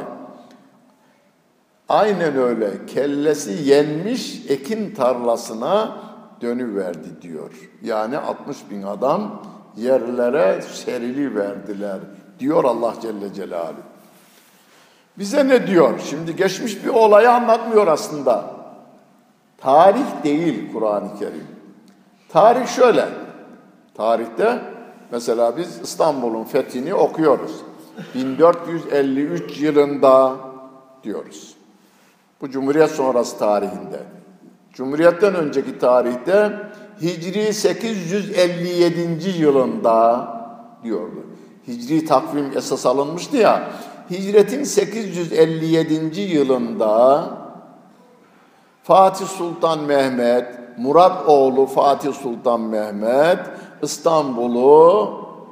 Aynen öyle. Kellesi yenmiş ekin tarlasına dönüverdi diyor. Yani altmış bin adam yerlere serili verdiler diyor Allah Celle Celaluhu. Bize ne diyor? Şimdi geçmiş bir olayı anlatmıyor aslında. Tarih değil Kur'an-ı Kerim. Tarih şöyle. Tarihte mesela biz İstanbul'un fethini okuyoruz. bin dört yüz elli üç yılında diyoruz. Bu Cumhuriyet sonrası tarihinde. Cumhuriyetten önceki tarihte Hicri sekiz yüz elli yedinci yılında diyordu. Hicri takvim esas alınmıştı ya. Hicretin sekiz yüz elli yedinci yılında Fatih Sultan Mehmet, Murat oğlu Fatih Sultan Mehmet İstanbul'u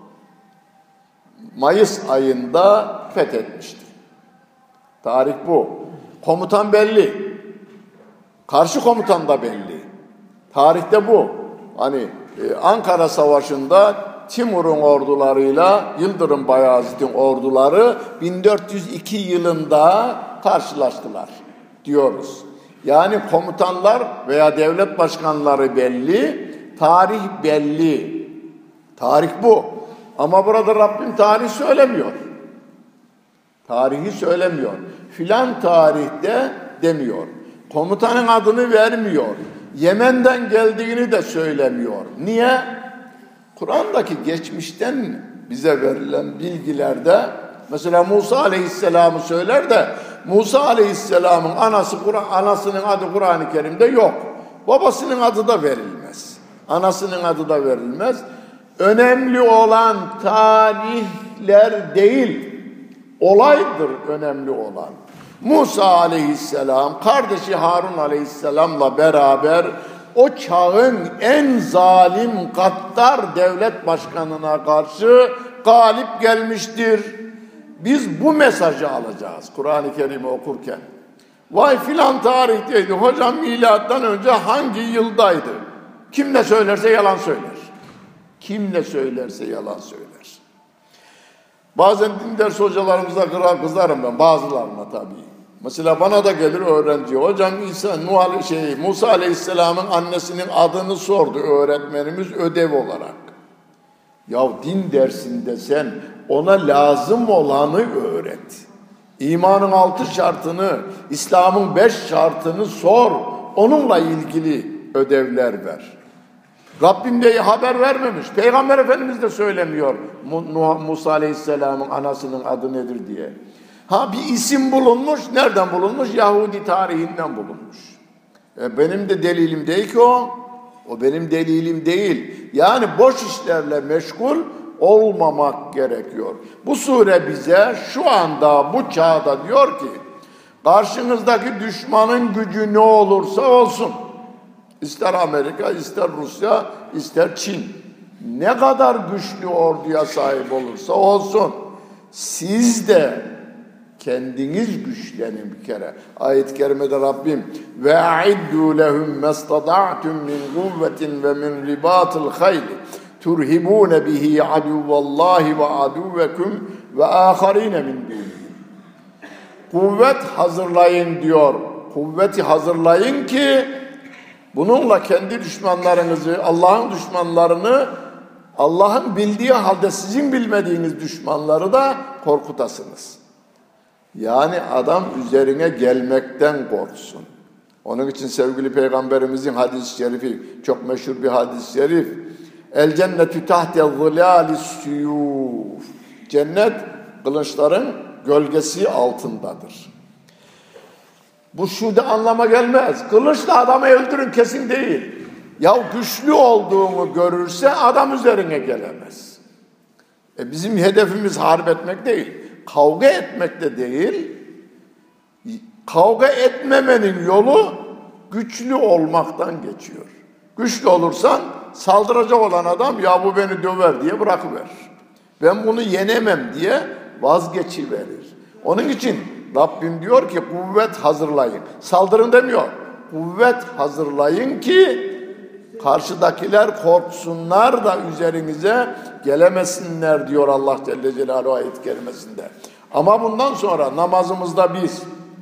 Mayıs ayında fethetmişti. Tarih bu. Komutan belli. Karşı komutan da belli. Tarihte bu. Hani e, Ankara Savaşı'nda Timur'un ordularıyla Yıldırım Bayezid'in orduları bin dört yüz iki yılında karşılaştılar diyoruz. Yani komutanlar veya devlet başkanları belli, tarih belli. Tarih bu. Ama burada Rabbim tarih söylemiyor. Tarihi söylemiyor. Filan tarihte demiyor. Komutanın adını vermiyor. Yemen'den geldiğini de söylemiyor. Niye? Kur'an'daki geçmişten bize verilen bilgilerde mesela Musa Aleyhisselam'ı söyler de Musa Aleyhisselam'ın anası Kur'an anasının adı Kur'an-ı Kerim'de yok. Babasının adı da verilmez. Anasının adı da verilmez. Önemli olan tarihler değil. olaydır önemli olan. Musa aleyhisselam, kardeşi Harun aleyhisselamla beraber o çağın en zalim, gaddar devlet başkanına karşı galip gelmiştir. Biz bu mesajı alacağız Kur'an-ı Kerim'i okurken. Vay filan tarihteydi, hocam milattan önce hangi yıldaydı? Kim ne söylerse yalan söyler. Kim ne söylerse yalan söyler. Bazen din ders hocalarımıza kırar kızarım ben, bazılarına tabii. Mesela bana da gelir öğrenci, hocam İsa, Nuh şey, Musa Aleyhisselam'ın annesinin adını sordu öğretmenimiz ödev olarak. Ya din dersinde sen ona lazım olanı öğret. İmanın altı şartını, İslam'ın beş şartını sor. Onunla ilgili ödevler ver. Rabbim de haber vermemiş. Peygamber Efendimiz de söylemiyor Musa Aleyhisselam'ın anasının adı nedir diye. Ha bir isim bulunmuş. Nereden bulunmuş? Yahudi tarihinden bulunmuş. E benim de delilim değil ki o. O benim delilim değil. Yani boş işlerle meşgul olmamak gerekiyor. Bu sure bize şu anda bu çağda diyor ki karşınızdaki düşmanın gücü ne olursa olsun, ister Amerika, ister Rusya, ister Çin, ne kadar güçlü orduya sahip olursa olsun, siz de kendiniz güçlenin bir kere. Ayet-i kerimede Rabbim ve a'iddu lehum mastada'tum min kuvvetin ve min ribatil hayl turhibun bihi aduvallahi ve aduvekum ve aharine min dunihi. Kuvvet hazırlayın diyor. Kuvveti hazırlayın ki bununla kendi düşmanlarınızı, Allah'ın düşmanlarını, Allah'ın bildiği halde sizin bilmediğiniz düşmanları da korkutasınız. Yani adam üzerine gelmekten korksun. Onun için sevgili Peygamberimizin hadis-i şerifi, çok meşhur bir hadis-i şerif. El cennetü tahte zilâlis suyûf. Cennet kılıçların gölgesi altındadır. Bu şu da anlama gelmez. Kılıçla adamı öldürün kesin değil. Ya güçlü olduğunu görürse adam üzerine gelemez. E bizim hedefimiz harp etmek değil. Kavga etmek de değil. Kavga etmemenin yolu güçlü olmaktan geçiyor. Güçlü olursan saldıracak olan adam ya bu beni döver diye bırakıver. Ben bunu yenemem diye vazgeçiverir. Onun için Rabbim diyor ki kuvvet hazırlayın. Saldırın demiyor. Kuvvet hazırlayın ki karşıdakiler korksunlar da üzerinize gelemesinler diyor Allah Celle Celaluhu ayet-i kerimesinde. Ama bundan sonra namazımızda biz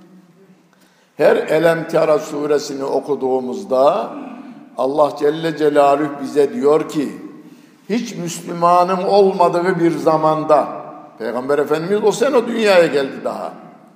her Elem Tera suresini okuduğumuzda Allah Celle Celaluhu bize diyor ki hiç Müslümanın olmadığı bir zamanda Peygamber Efendimiz o sene dünyaya geldi daha.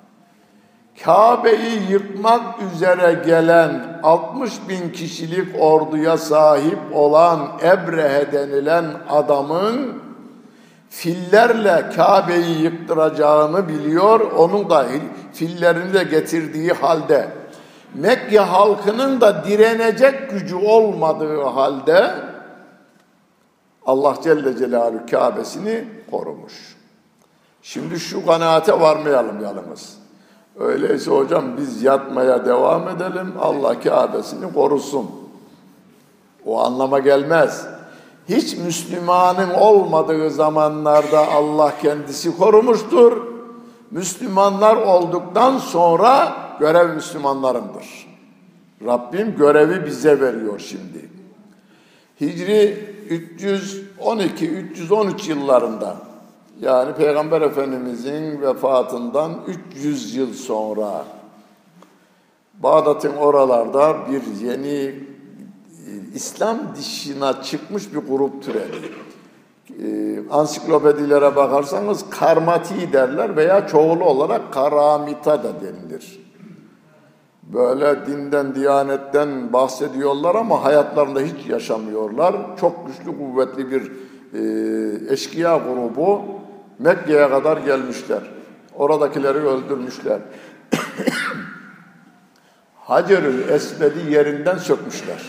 Kabe'yi yıkmak üzere gelen altmış bin kişilik orduya sahip olan Ebrehe denilen adamın fillerle Kabe'yi yıktıracağını biliyor. Onun da fillerini de getirdiği halde Mekke halkının da direnecek gücü olmadığı halde Allah Celle Celaluhu Kabe'sini korumuş. Şimdi şu kanaate varmayalım yalnız. Öyleyse hocam biz yatmaya devam edelim, Allah Kabe'sini korusun. O anlama gelmez. Hiç Müslümanın olmadığı zamanlarda Allah kendisi korumuştur. Müslümanlar olduktan sonra görev Müslümanlarındır. Rabbim görevi bize veriyor şimdi. Hicri üç yüz on iki üç yüz on üç yıllarında, yani Peygamber Efendimizin vefatından üç yüz yıl sonra Bağdat'ın oralarda bir yeni İslam dışına çıkmış bir grup türedi. Ee, ansiklopedilere bakarsanız karmati derler veya çoğulu olarak karamita da denilir. Böyle dinden, diyanetten bahsediyorlar ama hayatlarında hiç yaşamıyorlar. Çok güçlü, kuvvetli bir e, eşkıya grubu Mekke'ye kadar gelmişler. Oradakileri öldürmüşler. Hacerül Esved'i yerinden sökmüşler.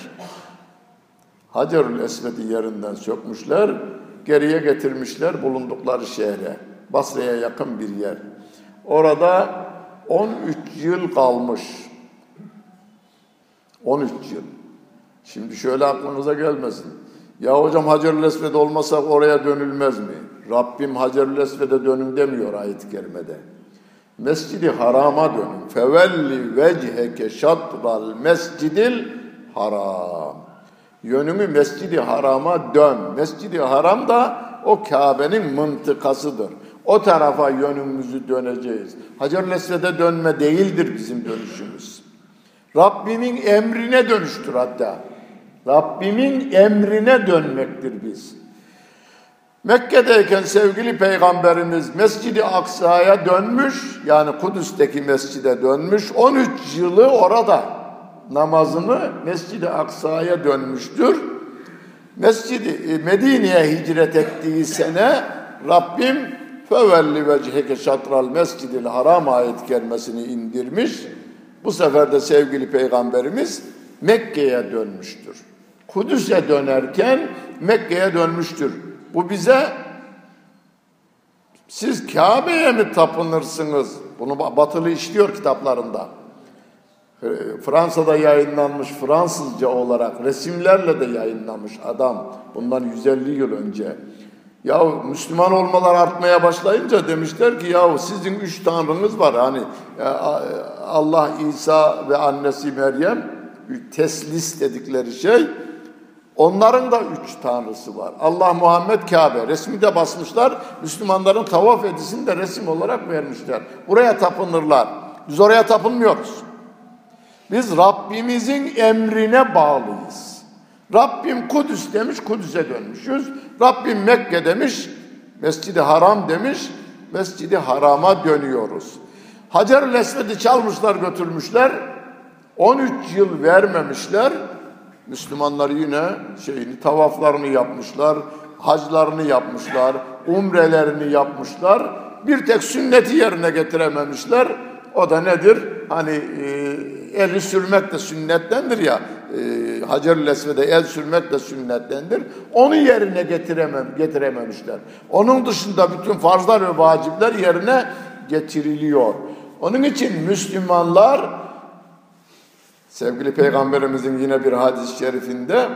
Hacerül Esved'i yerinden sökmüşler, geriye getirmişler bulundukları şehre. Basra'ya yakın bir yer. Orada on üç yıl kalmış. on üç yıl. Şimdi şöyle aklınıza gelmesin. Ya hocam Hacer-ül Esved'e olmasa oraya dönülmez mi? Rabbim Hacer-ül Esved'e dönün demiyor ayet-i kerimede. Mescid-i Haram'a dönün. Fevelli vecheke şatral mescidil haram. Yönümü Mescid-i Haram'a dön. Mescid-i Haram da o Kabe'nin mıntıkasıdır. O tarafa yönümüzü döneceğiz. Hacer-ül Esved'e dönme değildir bizim dönüşümüz. Rabbimin emrine dönüştür hatta. Rabbimin emrine dönmektir biz. Mekke'deyken sevgili Peygamberimiz Mescid-i Aksa'ya dönmüş, yani Kudüs'teki mescide dönmüş, on üç yılı orada namazını Mescid-i Aksa'ya dönmüştür. Mescid-i Medine'ye hicret ettiği sene Rabbim fevelli vecheke şatral mescidil haram ayet kerimesini indirmiş. Bu sefer de sevgili Peygamberimiz Mekke'ye dönmüştür. Kudüs'e dönerken Mekke'ye dönmüştür. Bu bize siz Kabe'ye mi tapınırsınız? Bunu Batılı işliyor kitaplarında. Fransa'da yayınlanmış Fransızca olarak resimlerle de yayınlanmış adam bundan yüz elli yıl önce. Ya Müslüman olmalar artmaya başlayınca demişler ki ya sizin üç tanrınız var. Hani Allah, İsa ve annesi Meryem, teslis dedikleri şey. Onların da üç tanrısı var. Allah, Muhammed, Kabe. Resmi de basmışlar. Müslümanların tavaf edisini de resim olarak vermişler. Buraya tapınırlar. Biz oraya tapınmıyoruz. Biz Rabbimizin emrine bağlıyız. Rabbim Kudüs demiş, Kudüs'e dönmüşüz. Rabbim Mekke demiş, Mescid-i Haram demiş, Mescid-i Haram'a dönüyoruz. Hacer-ül Esved'i çalmışlar, götürmüşler. on üç yıl vermemişler. Müslümanlar yine şeyini, tavaflarını yapmışlar, haclarını yapmışlar, umrelerini yapmışlar. Bir tek sünneti yerine getirememişler. O da nedir? Hani e, eli sürmek de sünnettendir ya. E, Hacer-ül Esved'e el sürmek de sünnettendir. Onu yerine getiremem, getirememişler. Onun dışında bütün farzlar ve vacipler yerine getiriliyor. Onun için Müslümanlar, sevgili Peygamberimizin yine bir hadis-i şerifinde,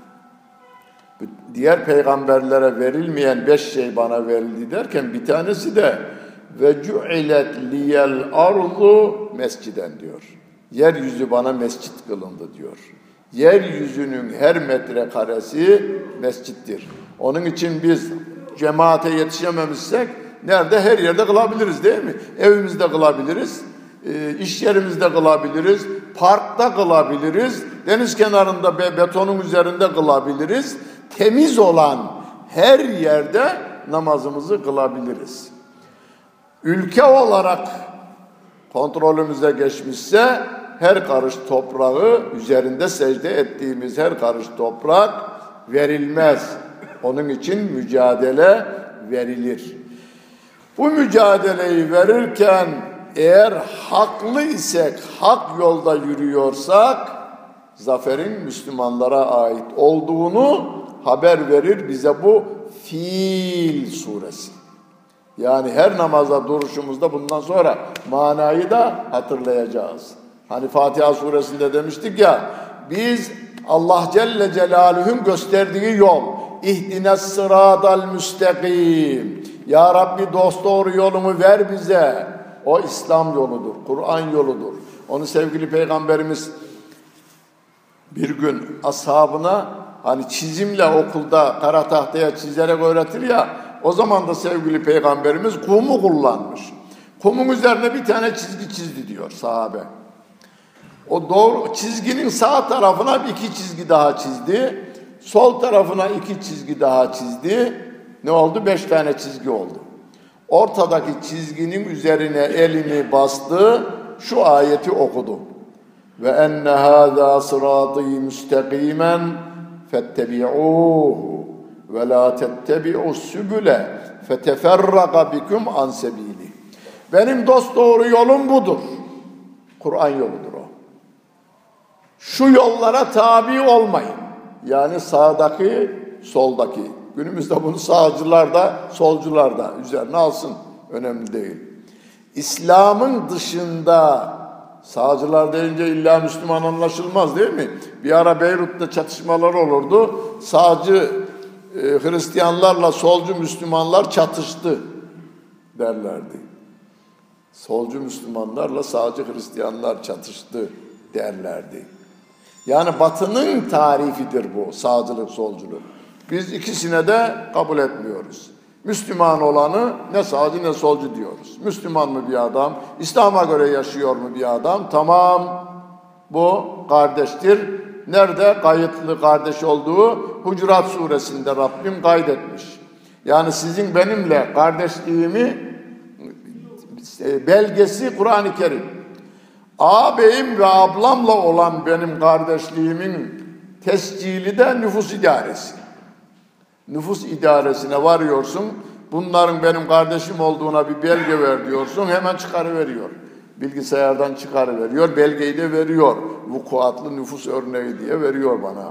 diğer peygamberlere verilmeyen beş şey bana verildi derken bir tanesi de ve cu'ilet liyel ardu mesciden diyor. Yeryüzü bana mescit kılındı diyor. Yeryüzünün her metrekaresi mescittir. Onun için biz cemaate yetişememişsek nerede? Her yerde kılabiliriz değil mi? Evimizde kılabiliriz, iş yerimizde kılabiliriz, parkta kılabiliriz, deniz kenarında betonun üzerinde kılabiliriz. Temiz olan her yerde namazımızı kılabiliriz. Ülke olarak kontrolümüze geçmişse her karış toprağı, üzerinde secde ettiğimiz her karış toprak verilmez. Onun için mücadele verilir. Bu mücadeleyi verirken eğer haklı isek, hak yolda yürüyorsak, zaferin Müslümanlara ait olduğunu haber verir bize bu Fil suresi. Yani her namaza duruşumuzda bundan sonra manayı da hatırlayacağız. Hani Fatiha suresinde demiştik ya, biz Allah Celle Celaluhu'nun gösterdiği yol, İhdines sıradal müstakim, Ya Rabbi dosdoğru yolunu ver bize. O İslam yoludur, Kur'an yoludur. Onu sevgili Peygamberimiz bir gün ashabına hani çizimle okulda kara tahtaya çizerek öğretir ya, o zaman da sevgili Peygamberimiz kumu kullanmış. Kumun üzerine bir tane çizgi çizdi diyor sahabe. O doğru çizginin sağ tarafına iki çizgi daha çizdi. Sol tarafına iki çizgi daha çizdi. Ne oldu? Beş tane çizgi oldu. Ortadaki çizginin üzerine elini bastı. Şu ayeti okudu. Ve enne hâzâ sırâtî müstekîmen fettebi'ûhu ve lâ tettebi'us sübüle feteferraka bikum an sebîli. Benim dosdoğru yolum budur. Kur'an yoludur o. Şu yollara tabi olmayın. Yani sağdaki, soldaki. Günümüzde bunu sağcılar da, solcular da üzerine alsın. Önemli değil. İslam'ın dışında sağcılar deyince illa Müslüman anlaşılmaz değil mi? Bir ara Beyrut'ta çatışmalar olurdu. Sağcı e, Hristiyanlarla solcu Müslümanlar çatıştı derlerdi. Solcu Müslümanlarla sağcı Hristiyanlar çatıştı derlerdi. Yani Batı'nın tarifidir bu sağcılık, solculuk. Biz ikisine de kabul etmiyoruz. Müslüman olanı ne sağcı ne solcu diyoruz. Müslüman mı bir adam, İslam'a göre yaşıyor mu bir adam? Tamam, bu kardeştir. Nerede kayıtlı kardeş olduğu? Hucurat suresinde Rabbim kaydetmiş. Yani sizin benimle kardeşliğimi belgesi Kur'an-ı Kerim. Ağabeyim ve ablamla olan benim kardeşliğimin tescili de nüfus idaresi. Nüfus idaresine varıyorsun, bunların benim kardeşim olduğuna bir belge ver diyorsun, hemen çıkarıveriyor. Bilgisayardan çıkarıveriyor, belgeyi de veriyor. Vukuatlı nüfus örneği diye veriyor bana.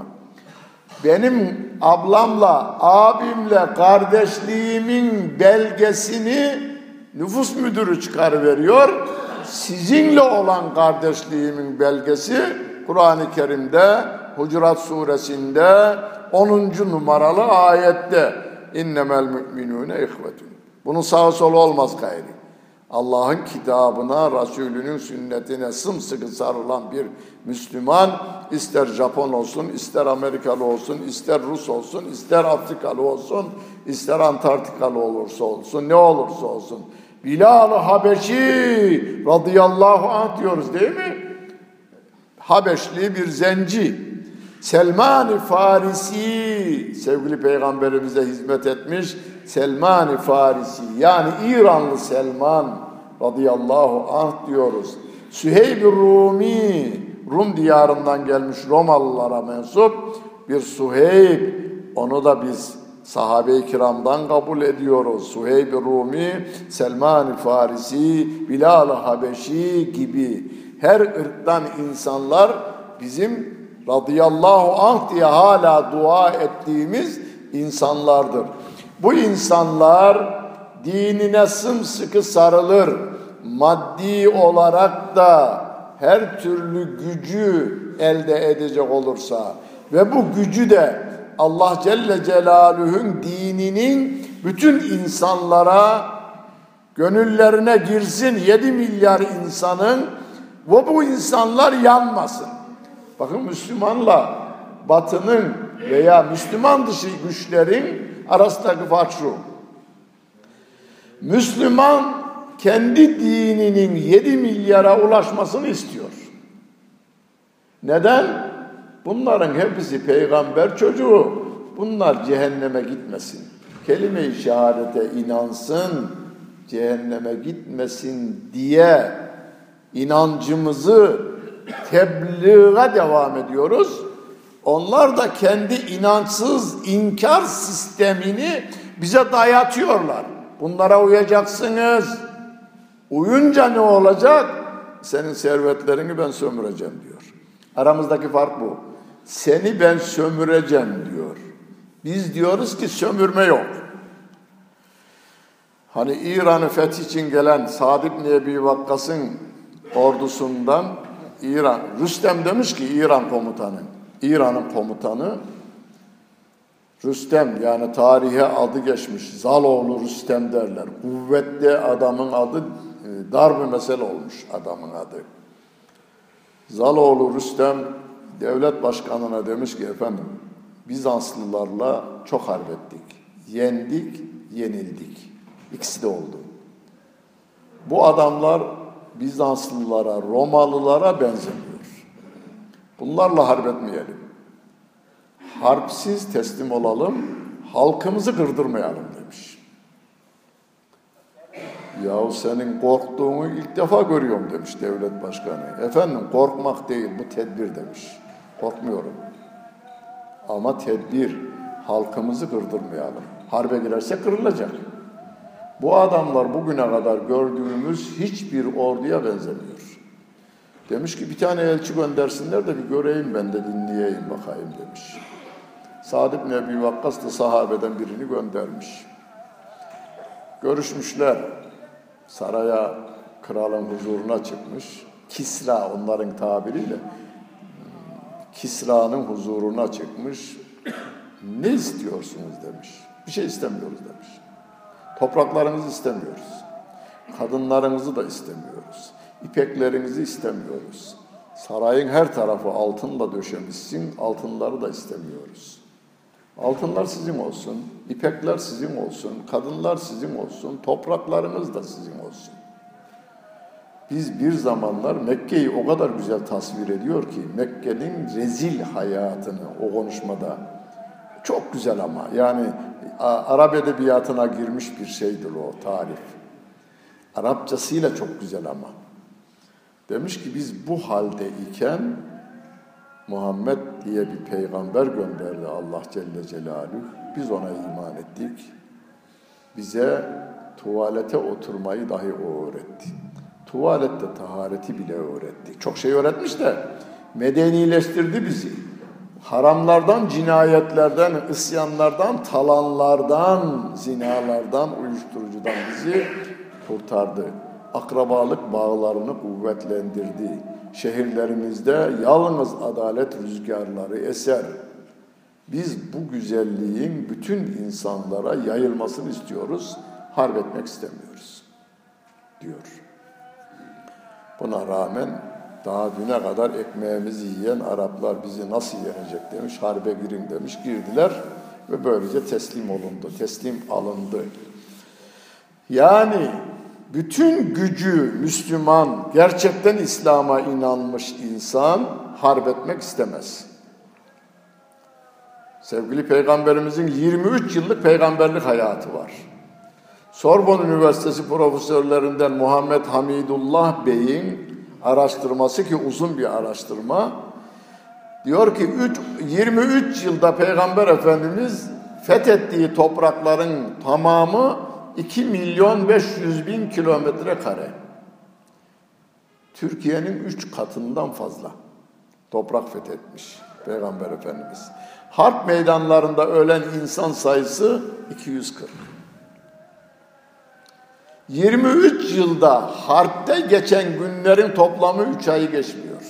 Benim ablamla, abimle kardeşliğimin belgesini nüfus müdürü çıkarıveriyor. Sizinle olan kardeşliğimin belgesi Kur'an-ı Kerim'de, Hucurat suresinde onuncu numaralı ayette innemel müminune ihvetun. Bunun sağı solu olmaz gayri. Allah'ın kitabına, Resulünün sünnetine sımsıkı sarılan bir Müslüman, ister Japon olsun, ister Amerikalı olsun, ister Rus olsun, ister Afrikalı olsun, ister Antarktikalı olursa olsun, ne olursa olsun. Bilal-ı Habeşi radıyallahu anh diyoruz değil mi? Habeşli bir zenci. Selman-ı Farisi, sevgili Peygamberimize hizmet etmiş Selman-ı Farisi, yani İranlı Selman radıyallahu anh diyoruz. Süheyb-i Rumi, Rum diyarından gelmiş Romalılara mensup bir Süheyb, onu da biz sahabe-i kiramdan kabul ediyoruz. Süheyb-i Rumi, Selman-ı Farisi, Bilal-ı Habeşi gibi her ırktan insanlar bizim radıyallahu anh diye hala dua ettiğimiz insanlardır. Bu insanlar dinine sımsıkı sarılır. Maddi olarak da her türlü gücü elde edecek olursa ve bu gücü de Allah Celle Celaluhu'nun dininin bütün insanlara gönüllerine girsin, yedi milyar insanın ve bu insanlar yanmasın. Bakın Müslümanla Batı'nın veya Müslüman dışı güçlerin arasındaki fark şu. Müslüman kendi dininin yedi milyara ulaşmasını istiyor. Neden? Bunların hepsi peygamber çocuğu. Bunlar cehenneme gitmesin. Kelime-i şehadete inansın, cehenneme gitmesin diye inancımızı tebliğe devam ediyoruz. Onlar da kendi inançsız inkar sistemini bize dayatıyorlar. Bunlara uyacaksınız. Uyunca ne olacak? Senin servetlerini ben sömüreceğim diyor. Aramızdaki fark bu. Seni ben sömüreceğim diyor. Biz diyoruz ki sömürme yok. Hani İran'ı feth için gelen Sa'd ibn Ebi Vakkas'ın ordusundan İran, Rüstem demiş ki İran komutanı, İran'ın komutanı Rüstem, yani tarihe adı geçmiş, Zaloğlu Rüstem derler. Kuvvetli adamın adı, darb-ı mesel olmuş adamın adı. Zaloğlu Rüstem devlet başkanına demiş ki efendim Bizanslılarla çok harp ettik. Yendik, yenildik. İkisi de oldu. Bu adamlar Bizanslılara, Romalılara benzemiyor. Bunlarla harp etmeyelim. Harpsiz teslim olalım, halkımızı kırdırmayalım demiş. Yahu senin korktuğunu ilk defa görüyorum demiş devlet başkanı. Efendim korkmak değil, bu tedbir demiş. Korkmuyorum. Ama tedbir, halkımızı kırdırmayalım. Harbe girerse kırılacak. Bu adamlar bugüne kadar gördüğümüz hiçbir orduya benzemiyor. Demiş ki bir tane elçi göndersinler de bir göreyim ben de dinleyeyim bakayım demiş. Sa'd ibn Ebi Vakkas da sahabeden birini göndermiş. Görüşmüşler. Saraya, kralın huzuruna çıkmış. Kisra, onların tabiriyle Kisra'nın huzuruna çıkmış. Ne istiyorsunuz demiş. Bir şey istemiyoruz demiş. Topraklarınızı istemiyoruz. Kadınlarınızı da istemiyoruz. İpeklerinizi istemiyoruz. Sarayın her tarafı altınla döşemişsin, altınları da istemiyoruz. Altınlar sizin olsun, ipekler sizin olsun, kadınlar sizin olsun, topraklarınız da sizin olsun. Biz bir zamanlar Mekke'yi o kadar güzel tasvir ediyor ki, Mekke'nin rezil hayatını o konuşmada, çok güzel ama yani Arap edebiyatına girmiş bir şeydir o tarif. Arapçasıyla çok güzel ama. Demiş ki biz bu halde iken Muhammed diye bir peygamber gönderdi Allah Celle Celaluhu. Biz ona iman ettik. Bize tuvalete oturmayı dahi o öğretti. Tuvalette tahareti bile öğretti. Çok şey öğretmiş de medenileştirdi bizi. Haramlardan, cinayetlerden, isyanlardan, talanlardan, zinalardan, uyuşturucudan bizi kurtardı. Akrabalık bağlarını kuvvetlendirdi. Şehirlerimizde yalnız adalet rüzgarları eser. Biz bu güzelliğin bütün insanlara yayılmasını istiyoruz, harp etmek istemiyoruz, diyor. Buna rağmen daha düne kadar ekmeğimizi yiyen Araplar bizi nasıl yenecek demiş, harbe girin demiş, girdiler ve böylece teslim olundu, teslim alındı. Yani bütün gücü Müslüman, gerçekten İslam'a inanmış insan harp etmek istemez. Sevgili Peygamberimizin yirmi üç yıllık peygamberlik hayatı var. Sorbonne Üniversitesi profesörlerinden Muhammed Hamidullah Bey'in araştırması, ki uzun bir araştırma, diyor ki yirmi üç yılda Peygamber Efendimiz fethettiği toprakların tamamı iki milyon beş yüz bin kilometre kare. Türkiye'nin üç katından fazla toprak fethetmiş Peygamber Efendimiz. Harp meydanlarında ölen insan sayısı iki yüz kırk. yirmi üç yılda harpte geçen günlerin toplamı üç ayı geçmiyor.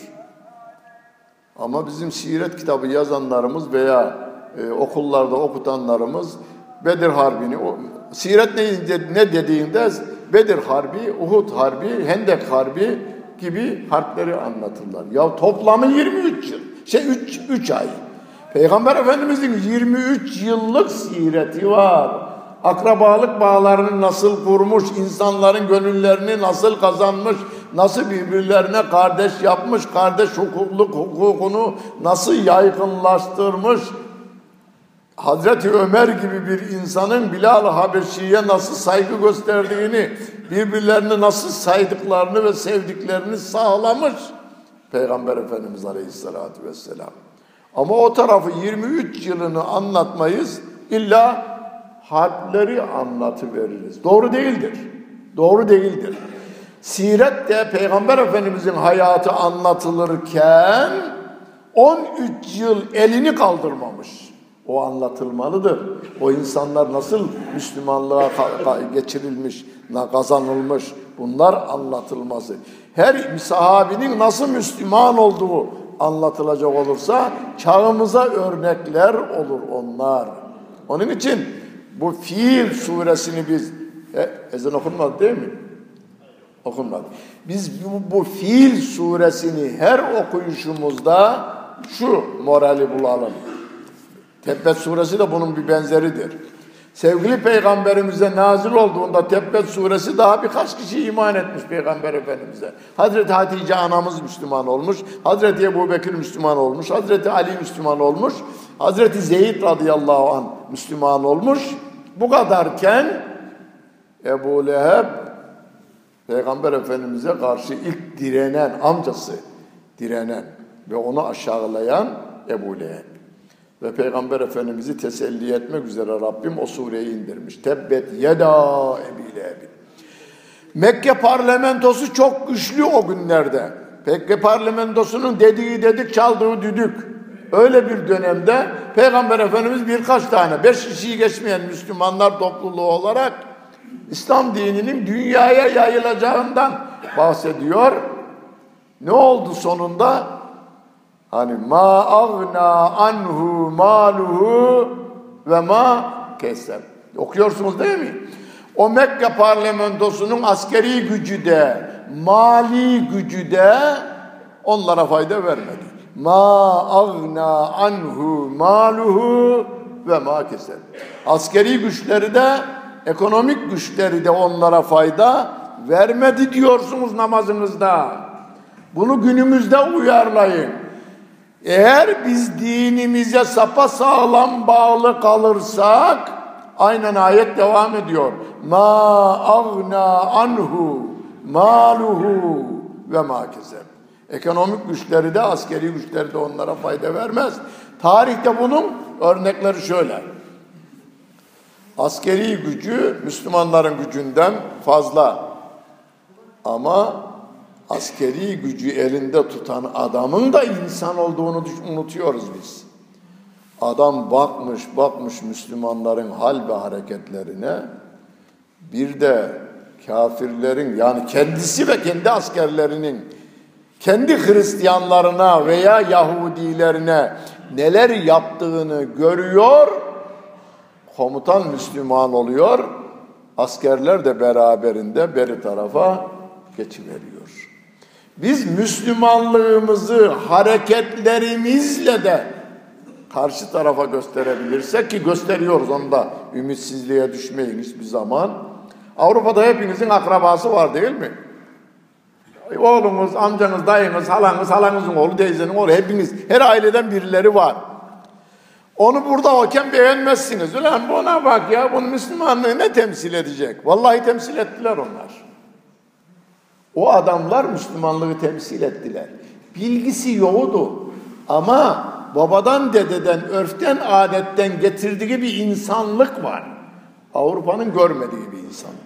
Ama bizim siret kitabı yazanlarımız veya e, okullarda okutanlarımız Bedir Harbi'ni, o, siret ne, ne dediğinde Bedir Harbi, Uhud Harbi, Hendek Harbi gibi harpleri anlatırlar. Ya toplamı yirmi üç yıl, şey üç ay. Peygamber Efendimizin yirmi üç yıllık sireti var. Akrabalık bağlarını nasıl kurmuş, insanların gönüllerini nasıl kazanmış, nasıl birbirlerine kardeş yapmış, kardeş hukukluk hukukunu nasıl yaygınlaştırmış, Hazreti Ömer gibi bir insanın Bilal-i Habeşi'ye nasıl saygı gösterdiğini, birbirlerini nasıl saydıklarını ve sevdiklerini sağlamış Peygamber Efendimiz Aleyhisselatü Vesselam. Ama o tarafı yirmi üç yılını anlatmayız, illa harpleri anlatıveririz. Doğru değildir. Doğru değildir. Sirette Peygamber Efendimizin hayatı anlatılırken on üç yıl elini kaldırmamış. O anlatılmalıdır. O insanlar nasıl Müslümanlığa geçirilmiş, kazanılmış, bunlar anlatılması. Her sahabinin nasıl Müslüman olduğu anlatılacak olursa çağımıza örnekler olur onlar. Onun için bu Fiil suresini biz, e, ezan okunmadı değil mi? Okunmadı. Biz bu, bu Fiil suresini her okuyuşumuzda şu morali bulalım. Tebbet suresi de bunun bir benzeridir. Sevgili Peygamberimize nazil olduğunda Tebbet suresi daha birkaç kişi iman etmiş Peygamber Efendimiz'e. Hazreti Hatice anamız Müslüman olmuş, Hazreti Ebubekir Müslüman olmuş, Hazreti Ali Müslüman olmuş, Hazreti Zeyd radıyallahu anh Müslüman olmuş. Bu kadarken Ebu Leheb Peygamber Efendimiz'e karşı ilk direnen, amcası direnen ve onu aşağılayan Ebu Leheb. Ve Peygamber Efendimiz'i teselli etmek üzere Rabbim o sureyi indirmiş. Tebbet yeda Ebi Leheb'in. Mekke parlamentosu çok güçlü o günlerde. Mekke parlamentosunun dediği dedik, çaldığı düdük. Öyle bir dönemde Peygamber Efendimiz birkaç tane, beş kişiyi geçmeyen Müslümanlar topluluğu olarak İslam dininin dünyaya yayılacağından bahsediyor. Ne oldu sonunda? Hani ma agna anhu maluhu ve ma keseb. Okuyorsunuz değil mi? O Mekke parlamentosunun askeri gücü de, mali gücü de onlara fayda vermedi. Ma agna anhu maluhu ve ma keseb. Askeri güçleri de, ekonomik güçleri de onlara fayda vermedi diyorsunuz namazınızda. Bunu günümüzde uyarlayın. Eğer biz dinimize sapasağlam bağlı kalırsak, aynen ayet devam ediyor. Ma agna anhu maluhu ve ma keseb. Ekonomik güçleri de, askeri güçleri de onlara fayda vermez. Tarihte bunun örnekleri şöyle. Askeri gücü Müslümanların gücünden fazla. Ama askeri gücü elinde tutan adamın da insan olduğunu unutuyoruz biz. Adam bakmış bakmış Müslümanların hal ve hareketlerine, bir de kafirlerin, yani kendisi ve kendi askerlerinin kendi Hristiyanlarına veya Yahudilerine neler yaptığını görüyor. Komutan Müslüman oluyor, askerler de beraberinde beri tarafa geçiveriyor. Biz Müslümanlığımızı hareketlerimizle de karşı tarafa gösterebilirsek, ki gösteriyoruz, onda ümitsizliğe düşmeyin hiçbir zaman. Avrupa'da hepinizin akrabası var değil mi? Oğlunuz, amcanız, dayınız, halanız, halanızın oğlu, teyzenin oğlu, hepiniz, her aileden birileri var. Onu burada oken beğenmezsiniz. Ulan buna bak ya, bunun Müslümanlığı ne temsil edecek? Vallahi temsil ettiler onlar. O adamlar Müslümanlığı temsil ettiler. Bilgisi yoktu ama babadan, dededen, örften, adetten getirdiği bir insanlık var. Avrupa'nın görmediği bir insanlık.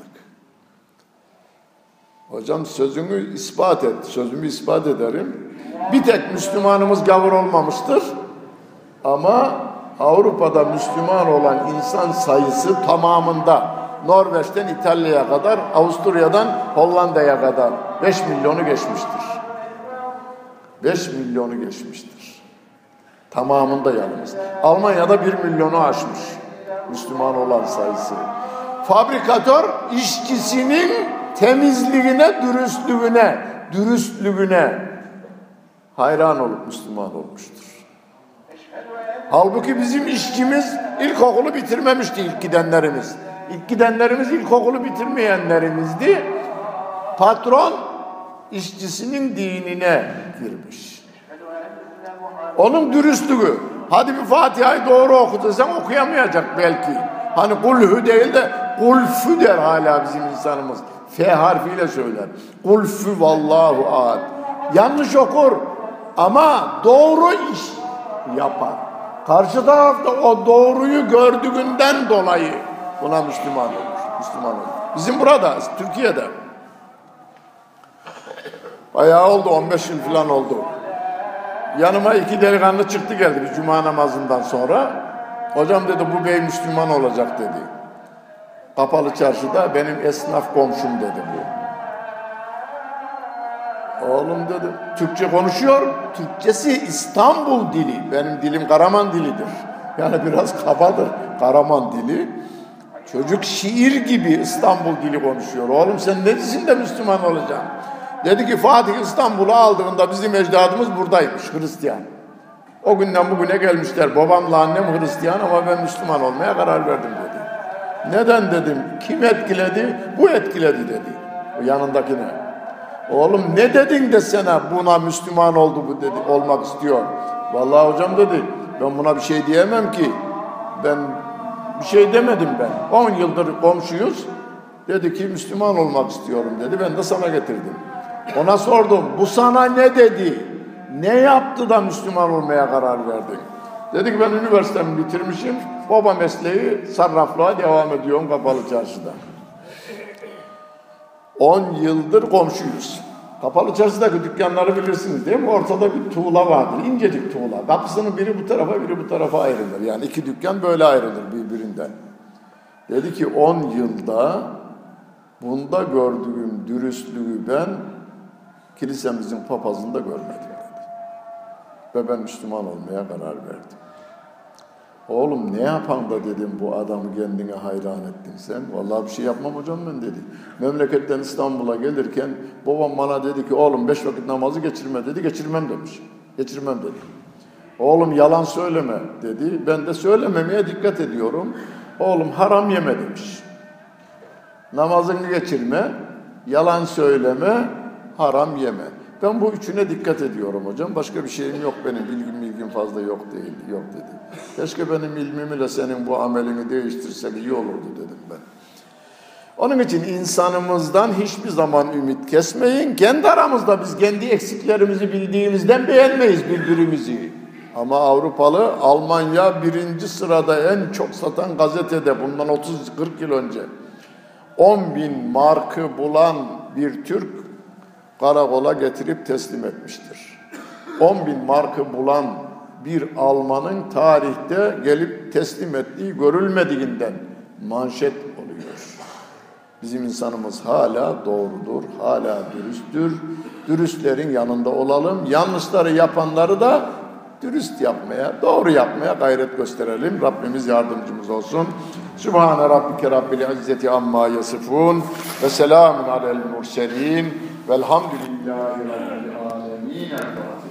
Hocam sözünü ispat et, sözümü ispat ederim. Bir tek Müslümanımız gavur olmamıştır. Ama Avrupa'da Müslüman olan insan sayısı tamamında, Norveç'ten İtalya'ya kadar, Avusturya'dan Hollanda'ya kadar beş milyonu geçmiştir. beş milyonu geçmiştir. Tamamında yalnız. Almanya'da bir milyonu aşmış Müslüman olan sayısı. Fabrikatör işçisinin temizliğine, dürüstlüğüne, dürüstlüğüne hayran olup Müslüman olmuştur. Halbuki bizim işçimiz ilkokulu bitirmemişti ilk gidenlerimiz. İlk gidenlerimiz ilkokulu bitirmeyenlerimizdi. Patron işçisinin dinine girmiş. Onun dürüstlüğü. Hadi bir Fatiha'yı doğru okutırsan okuyamayacak belki. Hani kulhü değil de kulfü der hala bizim insanımız. F harfiyle söyler. Kulfü vallahu ahad. Yanlış okur ama doğru iş yapar. Karşı tarafta o doğruyu gördüğünden dolayı buna Müslüman olur. Müslüman olur. Bizim burada, Türkiye'de bayağı oldu, on beş yıl falan oldu. Yanıma iki delikanlı çıktı geldi bir cuma namazından sonra. Hocam dedi, bu bey Müslüman olacak dedi. Kapalı çarşıda benim esnaf komşum dedi bu. Oğlum dedi, Türkçe konuşuyor. Türkçesi İstanbul dili. Benim dilim Karaman dilidir. Yani biraz kabadır Karaman dili. Çocuk şiir gibi İstanbul dili konuşuyor. Oğlum sen ne diyorsun de Müslüman olacaksın? Dedi ki Fatih İstanbul'u aldığında bizim ecdadımız buradaymış, Hristiyan. O günden bugüne gelmişler. Babamla annem Hristiyan ama ben Müslüman olmaya karar verdim dedi. Neden dedim? Kim etkiledi? Bu etkiledi dedi. O yanındakine. Oğlum ne dedin de sana buna Müslüman oldu bu dedi, olmak istiyor. Vallahi hocam dedi, ben buna bir şey diyemem ki. Ben bir şey demedim ben. On yıldır komşuyuz. Dedi ki Müslüman olmak istiyorum dedi. Ben de sana getirdim. Ona sordum, bu sana ne dedi? Ne yaptı da Müslüman olmaya karar verdin? Dedi ki ben üniversitemi bitirmişim. Baba mesleği sarraflığa devam ediyorum Kapalı Çarşı'da. On yıldır komşuyuz. Kapalı çarşıdaki dükkanları bilirsiniz değil mi? Ortada bir tuğla vardır, incecik tuğla. Kapısının biri bu tarafa, biri bu tarafa ayrılır. Yani iki dükkan böyle ayrılır birbirinden. Dedi ki on yılda bunda gördüğüm dürüstlüğü ben kilisemizin papazında görmedim dedi. Ve ben Müslüman olmaya karar verdim. Oğlum ne yapan da dedim bu adamı kendine hayran ettin sen. Vallahi bir şey yapmam hocam ben dedi. Memleketten İstanbul'a gelirken babam bana dedi ki oğlum beş vakit namazı geçirme dedi. Geçirmem demiş. Geçirmem dedi. Oğlum yalan söyleme dedi. Ben de söylememeye dikkat ediyorum. Oğlum haram yeme demiş. Namazını geçirme, yalan söyleme, haram yeme. Ben bu üçüne dikkat ediyorum hocam. Başka bir şeyim yok benim. Bilgim bilgim fazla yok değil. Yok dedi. Keşke benim ilmimle senin bu amelini değiştirsek iyi olurdu dedim ben. Onun için insanımızdan hiçbir zaman ümit kesmeyin. Kendi aramızda biz kendi eksiklerimizi bildiğimizden beğenmeyiz birbirimizi. Ama Avrupalı Almanya birinci sırada en çok satan gazetede bundan otuz kırk yıl önce on bin markı bulan bir Türk karakola getirip teslim etmiştir. on bin markı bulan bir Almanın tarihte gelip teslim ettiği görülmediğinden manşet oluyor. Bizim insanımız hala doğrudur, hala dürüsttür. Dürüstlerin yanında olalım. Yanlışları yapanları da dürüst yapmaya, doğru yapmaya gayret gösterelim. Rabbimiz yardımcımız olsun. Sübhane Rabbike Rabbil İzzeti amma yasifun ve selamun alel murselin velhamdülillahi Rabbil alemin.